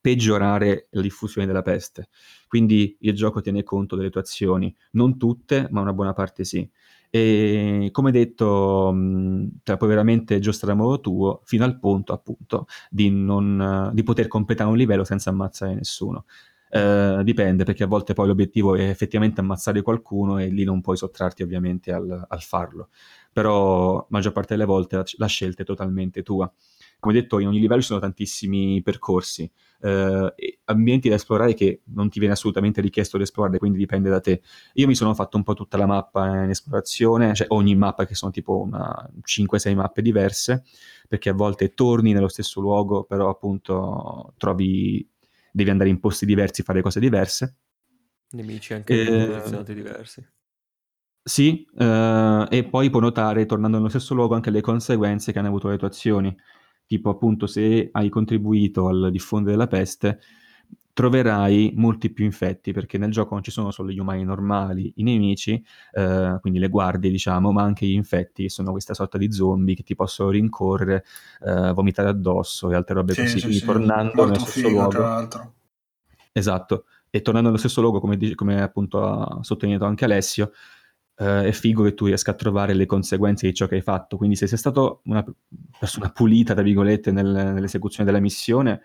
peggiorare la diffusione della peste. Quindi il gioco tiene conto delle tue azioni, non tutte, ma una buona parte sì. E come detto, puoi veramente giostrare a modo tuo fino al punto, appunto, di poter completare un livello senza ammazzare nessuno. Dipende, perché a volte poi l'obiettivo è effettivamente ammazzare qualcuno e lì non puoi sottrarti ovviamente al farlo. Però maggior parte delle volte la scelta è totalmente tua. Come detto, in ogni livello ci sono tantissimi percorsi, e ambienti da esplorare che non ti viene assolutamente richiesto di esplorare, quindi dipende da te. Io mi sono fatto un po' tutta la mappa in esplorazione, cioè ogni mappa, che sono tipo una 5-6 mappe diverse, perché a volte torni nello stesso luogo, però appunto devi andare in posti diversi, fare cose diverse. Nemici anche posizionati diversi. Sì, e poi puoi notare, tornando nello stesso luogo, anche le conseguenze che hanno avuto le tue azioni. Tipo, appunto, se hai contribuito al diffondere la peste, troverai molti più infetti, perché nel gioco non ci sono solo gli umani normali, i nemici, quindi le guardie, diciamo, ma anche gli infetti, che sono questa sorta di zombie che ti possono rincorrere, vomitare addosso e altre robe così. Quindi tornando nello stesso luogo... tra l'altro. Esatto, e tornando nello stesso luogo, come appunto ha sottolineato anche Alessio, è figo che tu riesca a trovare le conseguenze di ciò che hai fatto. Quindi se sei stato una persona pulita, tra virgolette, nell'esecuzione della missione,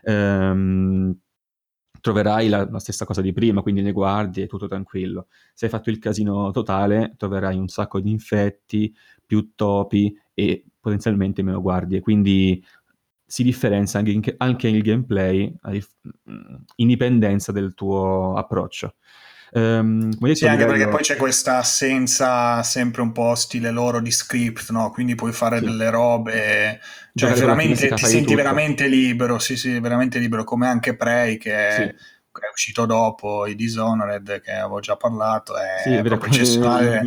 troverai la stessa cosa di prima, quindi le guardie, tutto tranquillo. Se hai fatto il casino totale, troverai un sacco di infetti, più topi e potenzialmente meno guardie. Quindi si differenzia anche il gameplay in dipendenza del tuo approccio. Come detto, sì, anche perché poi c'è questa assenza sempre un po' stile loro di script, no? Quindi puoi fare delle robe, cioè veramente ti senti veramente libero, sì, veramente libero, come anche Prey che è uscito dopo i Dishonored, che avevo già parlato, è proprio eccezionale.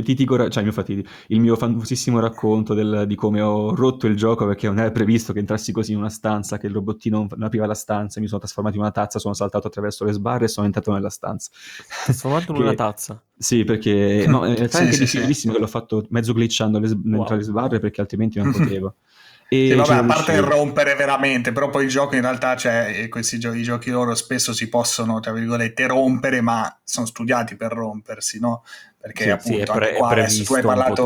Il mio famosissimo racconto di come ho rotto il gioco perché non era previsto che entrassi così in una stanza, che il robottino non apriva la stanza, mi sono trasformato in una tazza, sono saltato attraverso le sbarre e sono entrato nella stanza. Trasformato in una tazza? Sì, perché no, è anche difficilissimo che l'ho fatto mezzo glitchando tra le sbarre, perché altrimenti non potevo. E sì, vabbè, a parte il rompere veramente, però poi il gioco in realtà, cioè, i giochi loro spesso si possono, tra virgolette, rompere, ma sono studiati per rompersi, no? Perché appunto anche qua adesso tu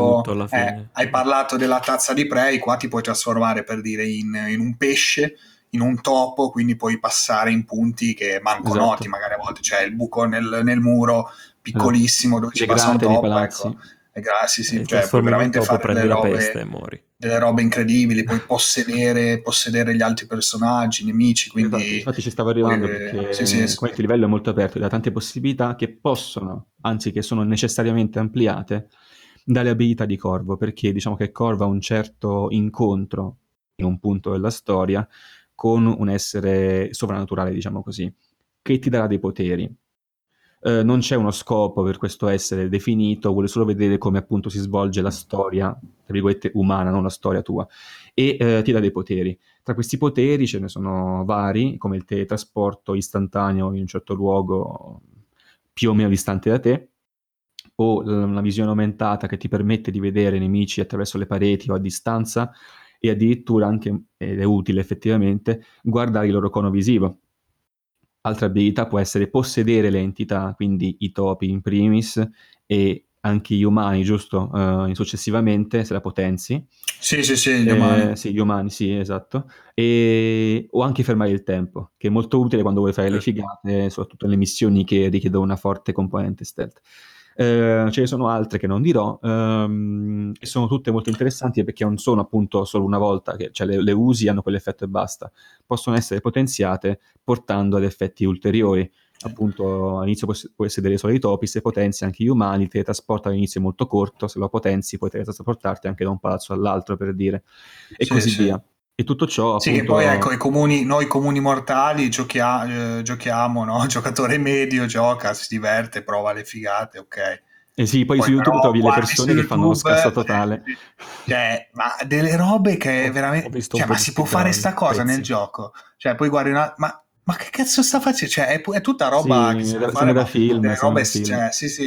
hai parlato della tazza di Prey, qua ti puoi trasformare, per dire, in un pesce, in un topo, quindi puoi passare in punti che manco noti magari a volte, cioè il buco nel muro piccolissimo dove ci passa un topo, ecco. Sì, cioè puoi veramente fare delle robe incredibili, puoi possedere gli altri personaggi, nemici, quindi... Infatti ci stavo arrivando perché il livello è molto aperto, da tante possibilità che possono, anzi che sono necessariamente ampliate dalle abilità di Corvo, perché diciamo che Corvo ha un certo incontro in un punto della storia con un essere sovrannaturale, diciamo così, che ti darà dei poteri. Non c'è uno scopo per questo essere definito, vuole solo vedere come appunto si svolge la storia, tra virgolette, umana, non la storia tua, e ti dà dei poteri. Tra questi poteri ce ne sono vari, come il teletrasporto istantaneo in un certo luogo più o meno distante da te, o una visione aumentata che ti permette di vedere nemici attraverso le pareti o a distanza, e addirittura anche, ed è utile effettivamente, guardare il loro cono visivo. Altra abilità può essere possedere le entità, quindi i topi in primis e anche gli umani, giusto? Successivamente, se la potenzi. Sì, gli umani. Sì, gli umani, sì, esatto. O anche fermare il tempo, che è molto utile quando vuoi fare le figate, soprattutto nelle missioni che richiedono una forte componente stealth. Ce ne sono altre che non dirò, e sono tutte molto interessanti perché non sono appunto solo una volta, cioè le usi, hanno quell'effetto e basta. Possono essere potenziate portando ad effetti ulteriori. Appunto all'inizio puoi sedere solo i topi, se potenzi anche gli umani, teletrasporta all'inizio è molto corto, se lo potenzi puoi teletrasportarti anche da un palazzo all'altro, per dire, e così via. E tutto ciò appunto... Sì, che poi ecco, noi comuni mortali giochiamo, no? Giocatore medio gioca, si diverte, prova le figate, ok. Sì, poi su YouTube trovi le persone che fanno lo scasso totale. Cioè, ma delle robe che veramente... Cioè, ma si può fare sta cosa nel gioco? Cioè, poi guardi ma che cazzo sta facendo? Cioè, è tutta roba che si può fare, da film, robe, cioè, sì.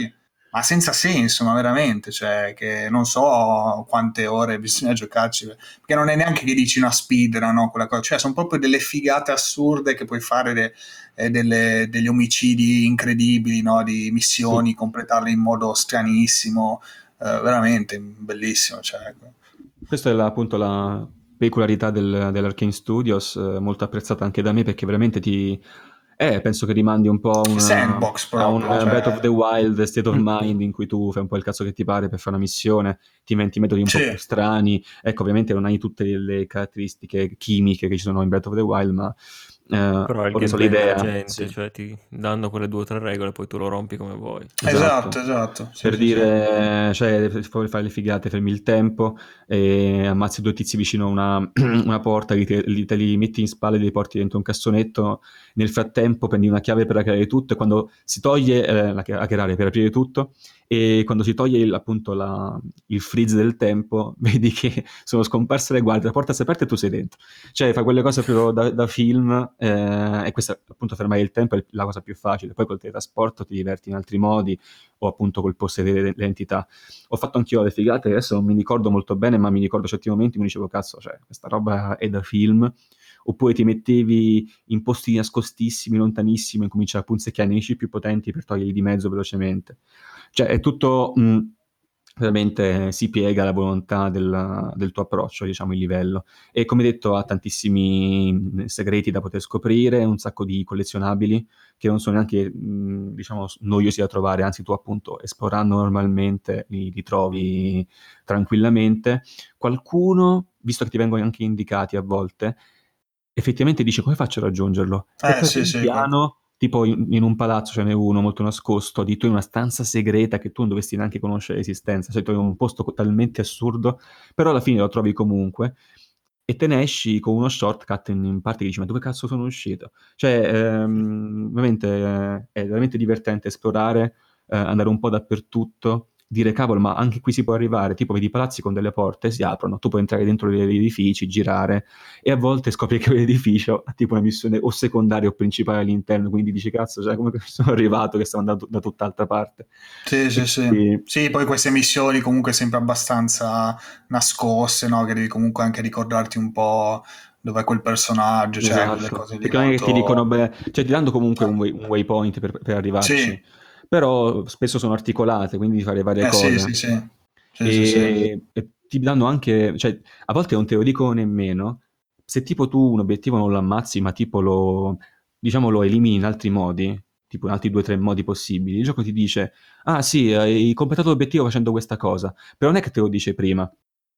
ma senza senso, ma veramente, cioè, che non so quante ore bisogna giocarci, perché non è neanche che dici una speedrun, no, quella cosa, cioè sono proprio delle figate assurde che puoi fare, degli omicidi incredibili, no, di missioni, completarle in modo stranissimo, veramente bellissimo, cioè, ecco. Questa è appunto la peculiarità dell'Arcane Studios, molto apprezzata anche da me, perché veramente penso che rimandi un po' Sandbox a un proprio, cioè. Breath of the Wild state of mind, in cui tu fai un po' il cazzo che ti pare per fare una missione, ti inventi metodi un po' più strani. Ecco, ovviamente non hai tutte le caratteristiche chimiche che ci sono in Breath of the Wild, ma però il ho gameplay l'idea, emergente, cioè ti danno quelle 2 o 3 regole, poi tu lo rompi come vuoi. Esatto. Sì, Per sì, dire, cioè, puoi fare le figate, fermi il tempo e ammazzi 2 tizi vicino a una porta, te li metti in spalle e li porti dentro un cassonetto. Nel frattempo prendi una chiave per hackerare tutto, e quando si toglie hackerare per aprire tutto, e quando si toglie appunto il freeze del tempo, vedi che sono scomparse le guardie, la porta si è aperta e tu sei dentro. Cioè fa quelle cose proprio da film, e questa appunto, fermare il tempo è la cosa più facile. Poi col teletrasporto ti diverti in altri modi, o appunto col possedere le entità. Ho fatto anch'io le figate, adesso non mi ricordo molto bene, ma mi ricordo certi momenti mi dicevo, cazzo, cioè, questa roba è da film. Oppure ti mettevi in posti nascostissimi, lontanissimi, e cominciavi a punzecchiare i nemici più potenti per toglierli di mezzo velocemente. Cioè è tutto, veramente si piega alla volontà del tuo approccio, diciamo, il livello. E come detto ha tantissimi segreti da poter scoprire, un sacco di collezionabili che non sono neanche, diciamo, noiosi da trovare, anzi tu appunto esplorando normalmente li trovi tranquillamente. Qualcuno, visto che ti vengono anche indicati a volte, effettivamente dice: come faccio a raggiungerlo? E poi Sì, pian sì. piano, tipo in un palazzo ce n'è uno molto nascosto, di tu in una stanza segreta che tu non dovresti neanche conoscere l'esistenza, cioè tu in un posto talmente assurdo, però alla fine lo trovi comunque, e te ne esci con uno shortcut in parte che dici: ma dove cazzo sono uscito? Cioè, veramente, è veramente divertente esplorare, andare un po' dappertutto, dire cavolo, ma anche qui si può arrivare, tipo vedi i palazzi con delle porte, si aprono, tu puoi entrare dentro gli edifici, girare, e a volte scopri che l'edificio ha tipo una missione o secondaria o principale all'interno, quindi dici cazzo, cioè come sono arrivato che stavo andando da tutt'altra parte. Sì. Sì, poi queste missioni comunque sempre abbastanza nascoste, no? Che devi comunque anche ricordarti un po' dov'è quel personaggio, cioè quelle cose lì Perché non è che ti dicono, molto. cioè ti danno comunque un waypoint per arrivarci, Sì, però spesso sono articolate, quindi di fare varie sì. cose. Sì. E ti danno anche, cioè a volte non te lo dicono nemmeno, se tipo tu un obiettivo non lo ammazzi, ma tipo diciamo, lo elimini in altri modi, tipo in altri 2 o 3 modi possibili, il gioco ti dice: ah sì, hai completato l'obiettivo facendo questa cosa, però non è che te lo dice prima.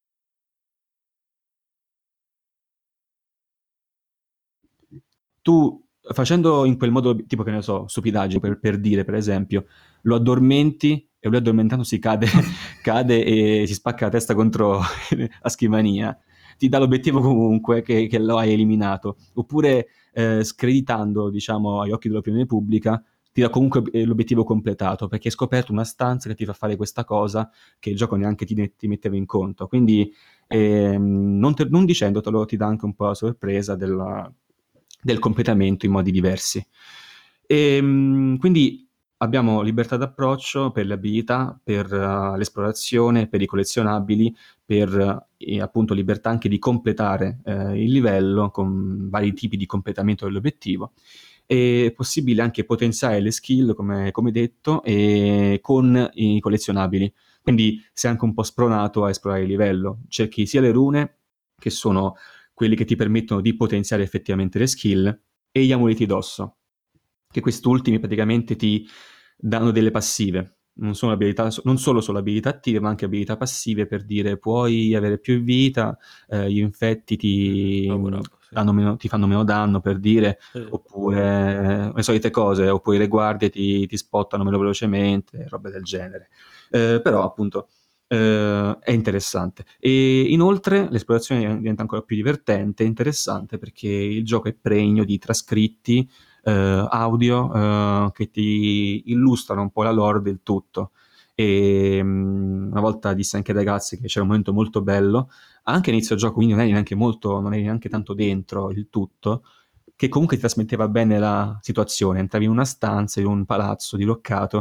Tu facendo in quel modo, tipo, che ne so, stupidaggine, per dire, per esempio, lo addormenti e lui addormentandosi cade e si spacca la testa contro la scrivania, ti dà l'obiettivo comunque che lo hai eliminato. Oppure screditando, diciamo, agli occhi dell'opinione pubblica, ti dà comunque l'obiettivo completato, perché hai scoperto una stanza che ti fa fare questa cosa che il gioco neanche ti metteva in conto. Quindi non dicendotelo, ti dà anche un po' la sorpresa del completamento in modi diversi. Quindi abbiamo libertà d'approccio per le abilità, per l'esplorazione, per i collezionabili, per appunto libertà anche di completare il livello con vari tipi di completamento dell'obiettivo. È possibile anche potenziare le skill, come detto, e con i collezionabili. Quindi sei anche un po' spronato a esplorare il livello. Cerchi sia le rune, che sono quelli che ti permettono di potenziare effettivamente le skill, e gli amuleti d'osso, che quest'ultimi praticamente ti danno delle passive. Non solo abilità attive, ma anche abilità passive, per dire puoi avere più vita, gli infetti ti fanno meno danno, per dire, oppure le solite cose, oppure le guardie ti spottano meno velocemente, robe del genere. Però appunto è interessante. E inoltre l'esplorazione diventa ancora più divertente e interessante, perché il gioco è pregno di trascritti audio che ti illustrano un po' la lore del tutto. E una volta disse anche ai ragazzi che c'era un momento molto bello anche inizio gioco, quindi non eri neanche tanto dentro il tutto, che comunque ti trasmetteva bene la situazione. Entravi in una stanza, in un palazzo diroccato,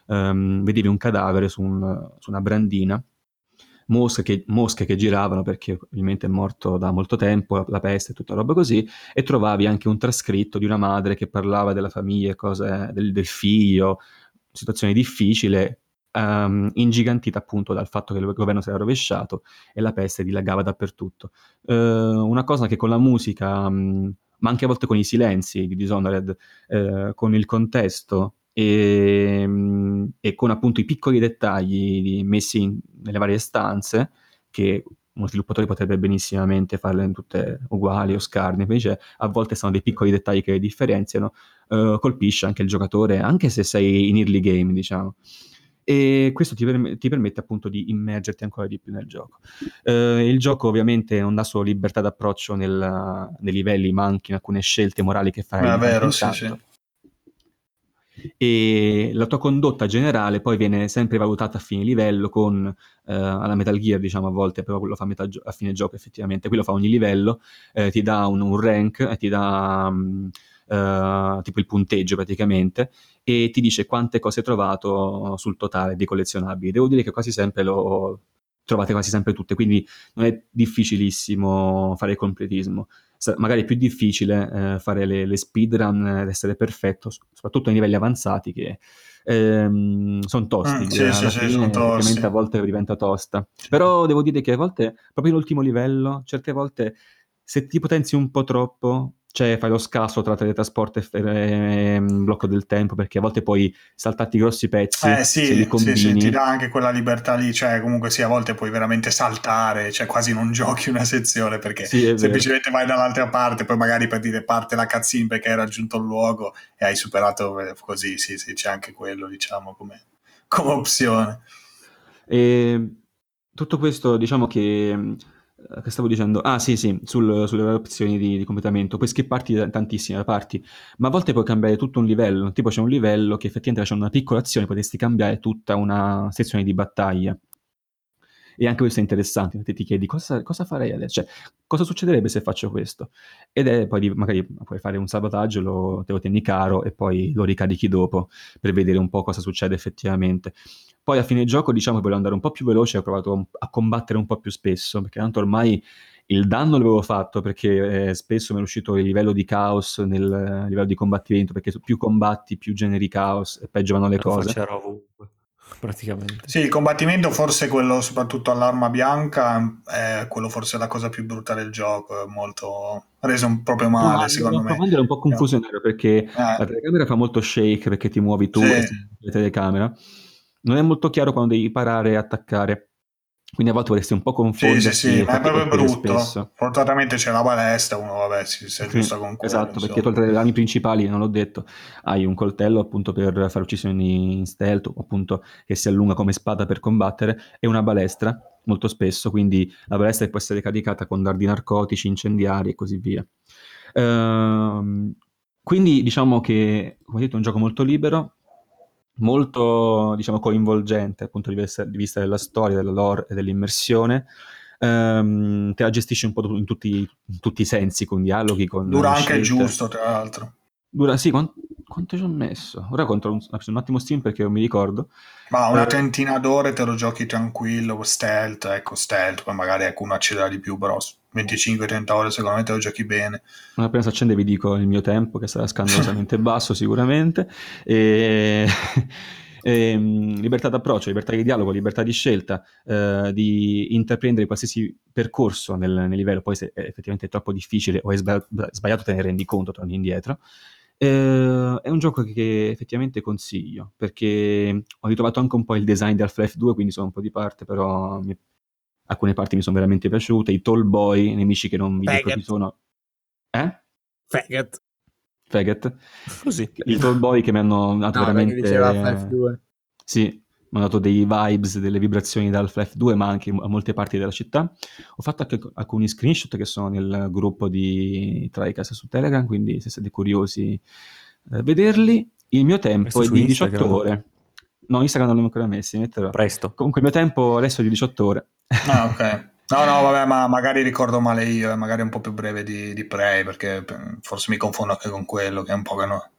vedevi un cadavere su una brandina, mosche che giravano perché probabilmente è morto da molto tempo, la peste e tutta roba così, e trovavi anche un trascritto di una madre che parlava della famiglia, cose del figlio, situazione difficile, ingigantita appunto dal fatto che il governo si era rovesciato e la peste dilagava dappertutto. Una cosa che con la musica, ma anche a volte con i silenzi di Dishonored, con il contesto e con appunto i piccoli dettagli messi nelle varie stanze, che uno sviluppatore potrebbe benissimamente farle tutte uguali o scarne, invece a volte sono dei piccoli dettagli che le differenziano, colpisce anche il giocatore, anche se sei in early game, diciamo. E questo ti permette appunto di immergerti ancora di più nel gioco. Il gioco ovviamente non dà solo libertà d'approccio nei livelli, ma anche in alcune scelte morali che farai È vero, sì. Sì. E la tua condotta generale poi viene sempre valutata a fine livello con alla Metal Gear, diciamo, a volte, però quello fa a fine gioco effettivamente, quello fa ogni livello, ti dà un rank, ti dà tipo il punteggio praticamente, e ti dice quante cose hai trovato sul totale dei collezionabili. Devo dire che quasi sempre trovate quasi sempre tutte, quindi non è difficilissimo fare il completismo. Magari è più difficile fare le speedrun ed essere perfetto, soprattutto ai livelli avanzati, che sono tosti. Alla fine sono effettivamente a volte diventa tosta. Però devo dire che a volte, proprio l'ultimo livello, certe volte, se ti potenzi un po' troppo, cioè fai lo scasso tra teletrasporto e blocco del tempo, perché a volte puoi saltarti grossi pezzi se li combini. Sì, ti dà anche quella libertà lì, cioè comunque sì, a volte puoi veramente saltare, cioè quasi non giochi una sezione perché semplicemente vai dall'altra parte, poi magari per dire parte la cutscene perché hai raggiunto il luogo e hai superato così, sì, c'è anche quello, diciamo, come opzione. E tutto questo, diciamo che stavo dicendo? Ah sì, sulle opzioni di completamento. Puoi skipparti tantissime parti, ma a volte puoi cambiare tutto un livello. Tipo c'è un livello che effettivamente facendo una piccola azione potresti cambiare tutta una sezione di battaglia. E anche questo è interessante, ti chiedi cosa farei adesso, cioè cosa succederebbe se faccio questo? Ed è poi magari puoi fare un salvataggio, te lo tieni caro e poi lo ricarichi dopo per vedere un po' cosa succede effettivamente. Poi a fine gioco, diciamo che volevo andare un po' più veloce, ho provato a combattere un po' più spesso, perché tanto ormai il danno l'avevo fatto, perché spesso mi è uscito il livello di caos nel livello di combattimento, perché più combatti, più generi caos e peggio vanno le cose. C'era ovunque, praticamente. Sì, il combattimento forse quello soprattutto all'arma bianca è quello forse la cosa più brutta del gioco, è molto reso proprio male, secondo me. Era un po' confusionario perché la telecamera fa molto shake perché ti muovi tu e la telecamera. Non è molto chiaro quando devi parare e attaccare. Quindi a volte vorresti un po' confonderti. Sì, ma è proprio brutto. Spesso. Fortunatamente c'è la balestra, uno vabbè si aggiusta con quello. Esatto, perché oltre alle armi principali, non l'ho detto, hai un coltello appunto per fare uccisioni in stealth, o appunto che si allunga come spada per combattere, e una balestra, molto spesso, quindi la balestra può essere caricata con dardi narcotici, incendiari e così via. Quindi diciamo che, come detto, è un gioco molto libero, molto, diciamo, coinvolgente dal punto di vista della storia, della lore e dell'immersione. Te la gestisci un po' in tutti i sensi, con dialoghi, con dura anche il giusto, tra l'altro. Dura, sì, quanto ci ho messo? Ora controllo un attimo Steam perché non mi ricordo. Ma una trentina d'ore te lo giochi tranquillo, stealth, poi magari uno accedera di più, però 25-30 ore secondo me te lo giochi bene. Non appena si accende vi dico il mio tempo, che sarà scandalosamente basso sicuramente. E... libertà d'approccio, libertà di dialogo, libertà di scelta, di intraprendere qualsiasi percorso nel livello, poi se effettivamente è troppo difficile o è sbagliato te ne rendi conto, torni indietro. È un gioco che effettivamente consiglio, perché ho ritrovato anche un po' il design di Half-Life 2, quindi sono un po' di parte, però alcune parti mi sono veramente piaciute, i tall boy, nemici che non vidi proprio sono... Faggot. Così. I tall boy che mi hanno dato veramente... diceva Half-Life 2. Sì, mi hanno dato dei vibes, delle vibrazioni da Half-Life 2, ma anche a molte parti della città. Ho fatto anche alcuni screenshot che sono nel gruppo di TriCast su Telegram, quindi se siete curiosi vederli. Il mio tempo è di 18 ore. No, Instagram non l'ho ancora messi, metterò. Presto. Comunque il mio tempo adesso è di 18 ore. Ah, ok. No, vabbè, ma magari ricordo male io, magari è un po' più breve di Prey, perché forse mi confondo anche con quello, che è un po' che non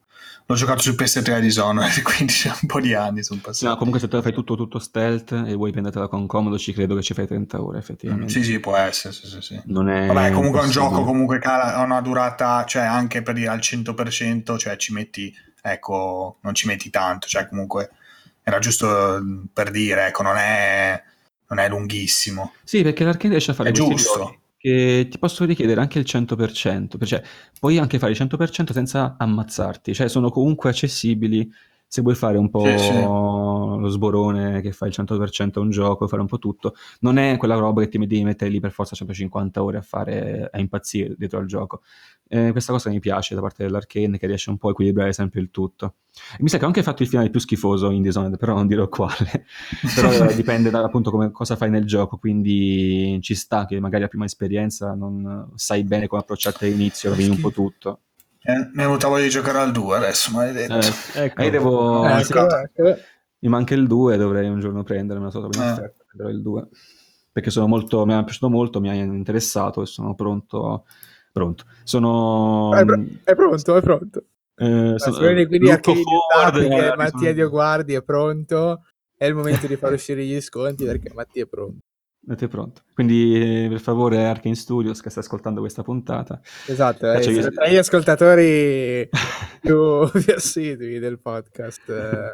L'ho giocato su PS3 Dishonored, quindi c'è un po' di anni sono passati. No, comunque se te fai tutto stealth e vuoi prendertela con comodo, ci credo che ci fai 30 ore effettivamente. Sì, può essere, sì. Non è Vabbè, comunque è un possibile. gioco comunque che ha una durata, cioè anche per dire al 100%, cioè ci metti, ecco, non ci metti tanto, cioè comunque era giusto per dire, ecco, non è lunghissimo. Sì, perché l'Arcane riesce a fare È questi giusto. giochi che ti posso richiedere anche il 100%, cioè puoi anche fare il 100% senza ammazzarti, cioè sono comunque accessibili se vuoi fare un po' lo sborone che fa il 100% a un gioco, fare un po' tutto. Non è quella roba che ti devi mettere lì per forza 150 ore a impazzire dietro al gioco. Questa cosa mi piace da parte dell'Arcane, che riesce un po' a equilibrare sempre il tutto. E mi sa che ho anche fatto il finale più schifoso in Dishonored, però non dirò quale. Però dipende da appunto cosa fai nel gioco, quindi ci sta che magari la prima esperienza non sai bene come approcciarti all'inizio, rovini un po' tutto. Mi è venuta voglia di giocare al 2 adesso, maledetto. Ecco. Io devo... Mi manca il 2, dovrei un giorno prendermi una in offerta, prenderò il 2. Perché mi è piaciuto molto, mi ha interessato e sono pronto. Sono... È pronto. Quindi perché Mattia Dio guardi è pronto, è il momento di far uscire gli sconti perché Mattia è pronto. Siete pronto. Quindi per favore Arcane Studios che sta ascoltando questa puntata. Esatto, tra gli ascoltatori più assidui del podcast.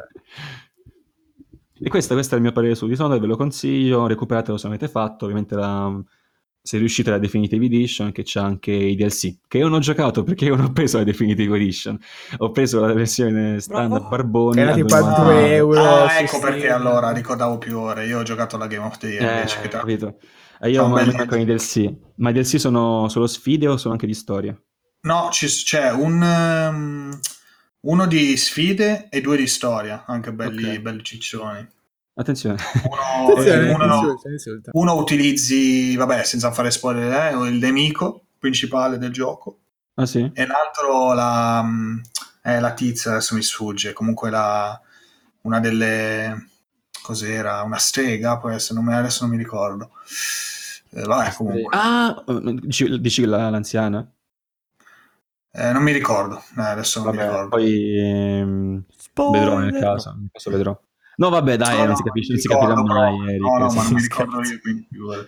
E questo è il mio parere su Dishonored, ve lo consiglio, recuperatelo se avete fatto, ovviamente se riuscite la Definitive Edition, che c'ha anche i DLC, che io non ho giocato perché io non ho preso la Definitive Edition, ho preso la versione standard Barboni, che era tipo a 2 euro. Ecco perché allora ricordavo più ore, io ho giocato la Game of the Year invece che capito. Io non mi mancano i DLC, ma i DLC sono solo sfide o sono anche di storia? No, c'è uno di sfide e 2 di storia, anche belli ciccioni. Attenzione. Uno utilizzi, vabbè, senza fare spoiler, il nemico principale del gioco. Ah sì? E l'altro la tizia, adesso mi sfugge, comunque una delle... cos'era? Una strega, può essere, adesso non mi ricordo. Vabbè, comunque. Ah, dici l'anziana? Non mi ricordo, adesso non mi ricordo. Poi vedrò nel caso, vedrò. No, vabbè, dai, non si capisce, non si capirà mai. No, ma non mi ricordo io, quindi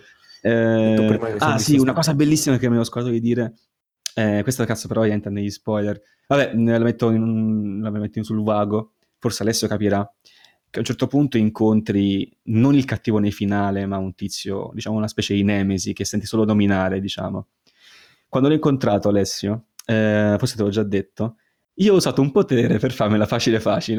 sì, una cosa bellissima che mi ho scordato di dire, questa cazzo però entra negli spoiler. Vabbè, la metto sul vago, forse Alessio capirà, che a un certo punto incontri non il cattivo nei finale, ma un tizio, diciamo una specie di nemesi che senti solo nominare, diciamo. Quando l'ho incontrato, Alessio, forse te l'ho già detto, io ho usato un potere per farmela facile.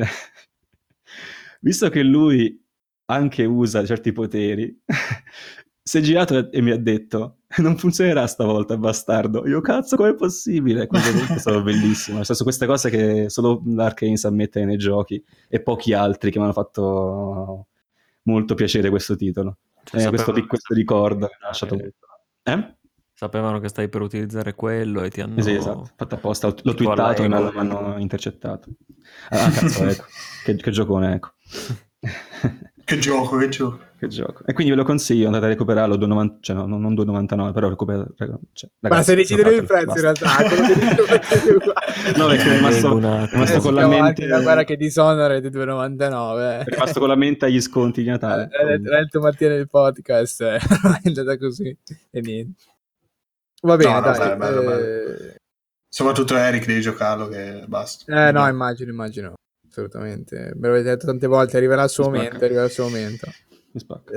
Visto che lui anche usa certi poteri, si è girato e mi ha detto non funzionerà stavolta, bastardo. Io cazzo, com'è possibile? Quindi è stato bellissimo. Nel senso, queste cose che solo l'Arcane sa mettere nei giochi e pochi altri che mi hanno fatto molto piacere questo titolo. Questo ricordo che mi ha lasciato molto. Sapevano che stai per utilizzare quello e ti hanno... Sì, esatto, fatto apposta, l'ho twittato e mi hanno intercettato. Cazzo, ecco, che giocone, ecco. Che gioco. E quindi ve lo consiglio, andate a recuperarlo, non 2,99, però recuperate. Ma se decidete il prezzo in realtà, no, perché è rimasto con la mente... Guarda che Dishonored è 2,99. È rimasto con la mente agli sconti di Natale. L'ha detto Mattia nel podcast, è andata così e niente. Va bene, dai. Bello. Soprattutto Eric devi giocarlo, che basta. No, immagino. Assolutamente. Me l'avete detto tante volte, arriverà il suo momento. Mi spacca.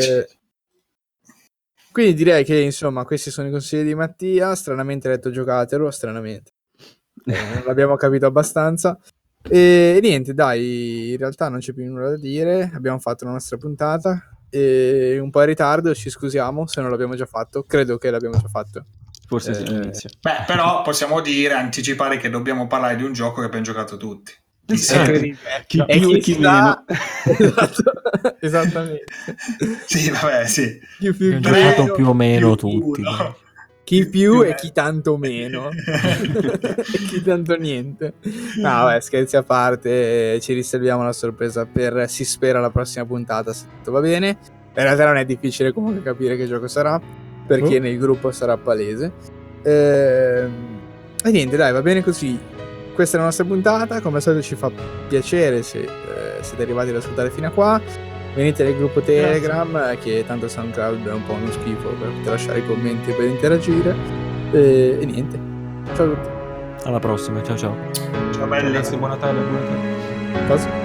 Quindi direi che, insomma, questi sono i consigli di Mattia. Stranamente ha detto giocatelo, stranamente. Non l'abbiamo capito abbastanza. E niente, dai, in realtà non c'è più nulla da dire. Abbiamo fatto la nostra puntata. E un po' in ritardo, ci scusiamo se non l'abbiamo già fatto. Credo che l'abbiamo già fatto. Forse sì, all'inizio. Beh, però possiamo anticipare che dobbiamo parlare di un gioco che abbiamo giocato tutti. Chi più e chi meno. Esatto. Esattamente. Sì, vabbè, sì. Chi più giocato più o meno tutti. Chi più e chi tanto meno. E chi tanto niente. No, vabbè, scherzi a parte, ci riserviamo la sorpresa per, si spera, la prossima puntata, se tutto va bene. In realtà non è difficile comunque capire che gioco sarà, perché nel gruppo sarà palese. E niente, dai, va bene così. questa è la nostra puntata. Come al solito ci fa piacere se siete arrivati ad ascoltare fino a qua. Venite nel gruppo Telegram, che tanto SoundCloud è un po' uno schifo per poter lasciare i commenti e per interagire. E niente, ciao a tutti. Alla prossima, ciao ciao. Ciao belli. Grazie, buon Natale. Cosa?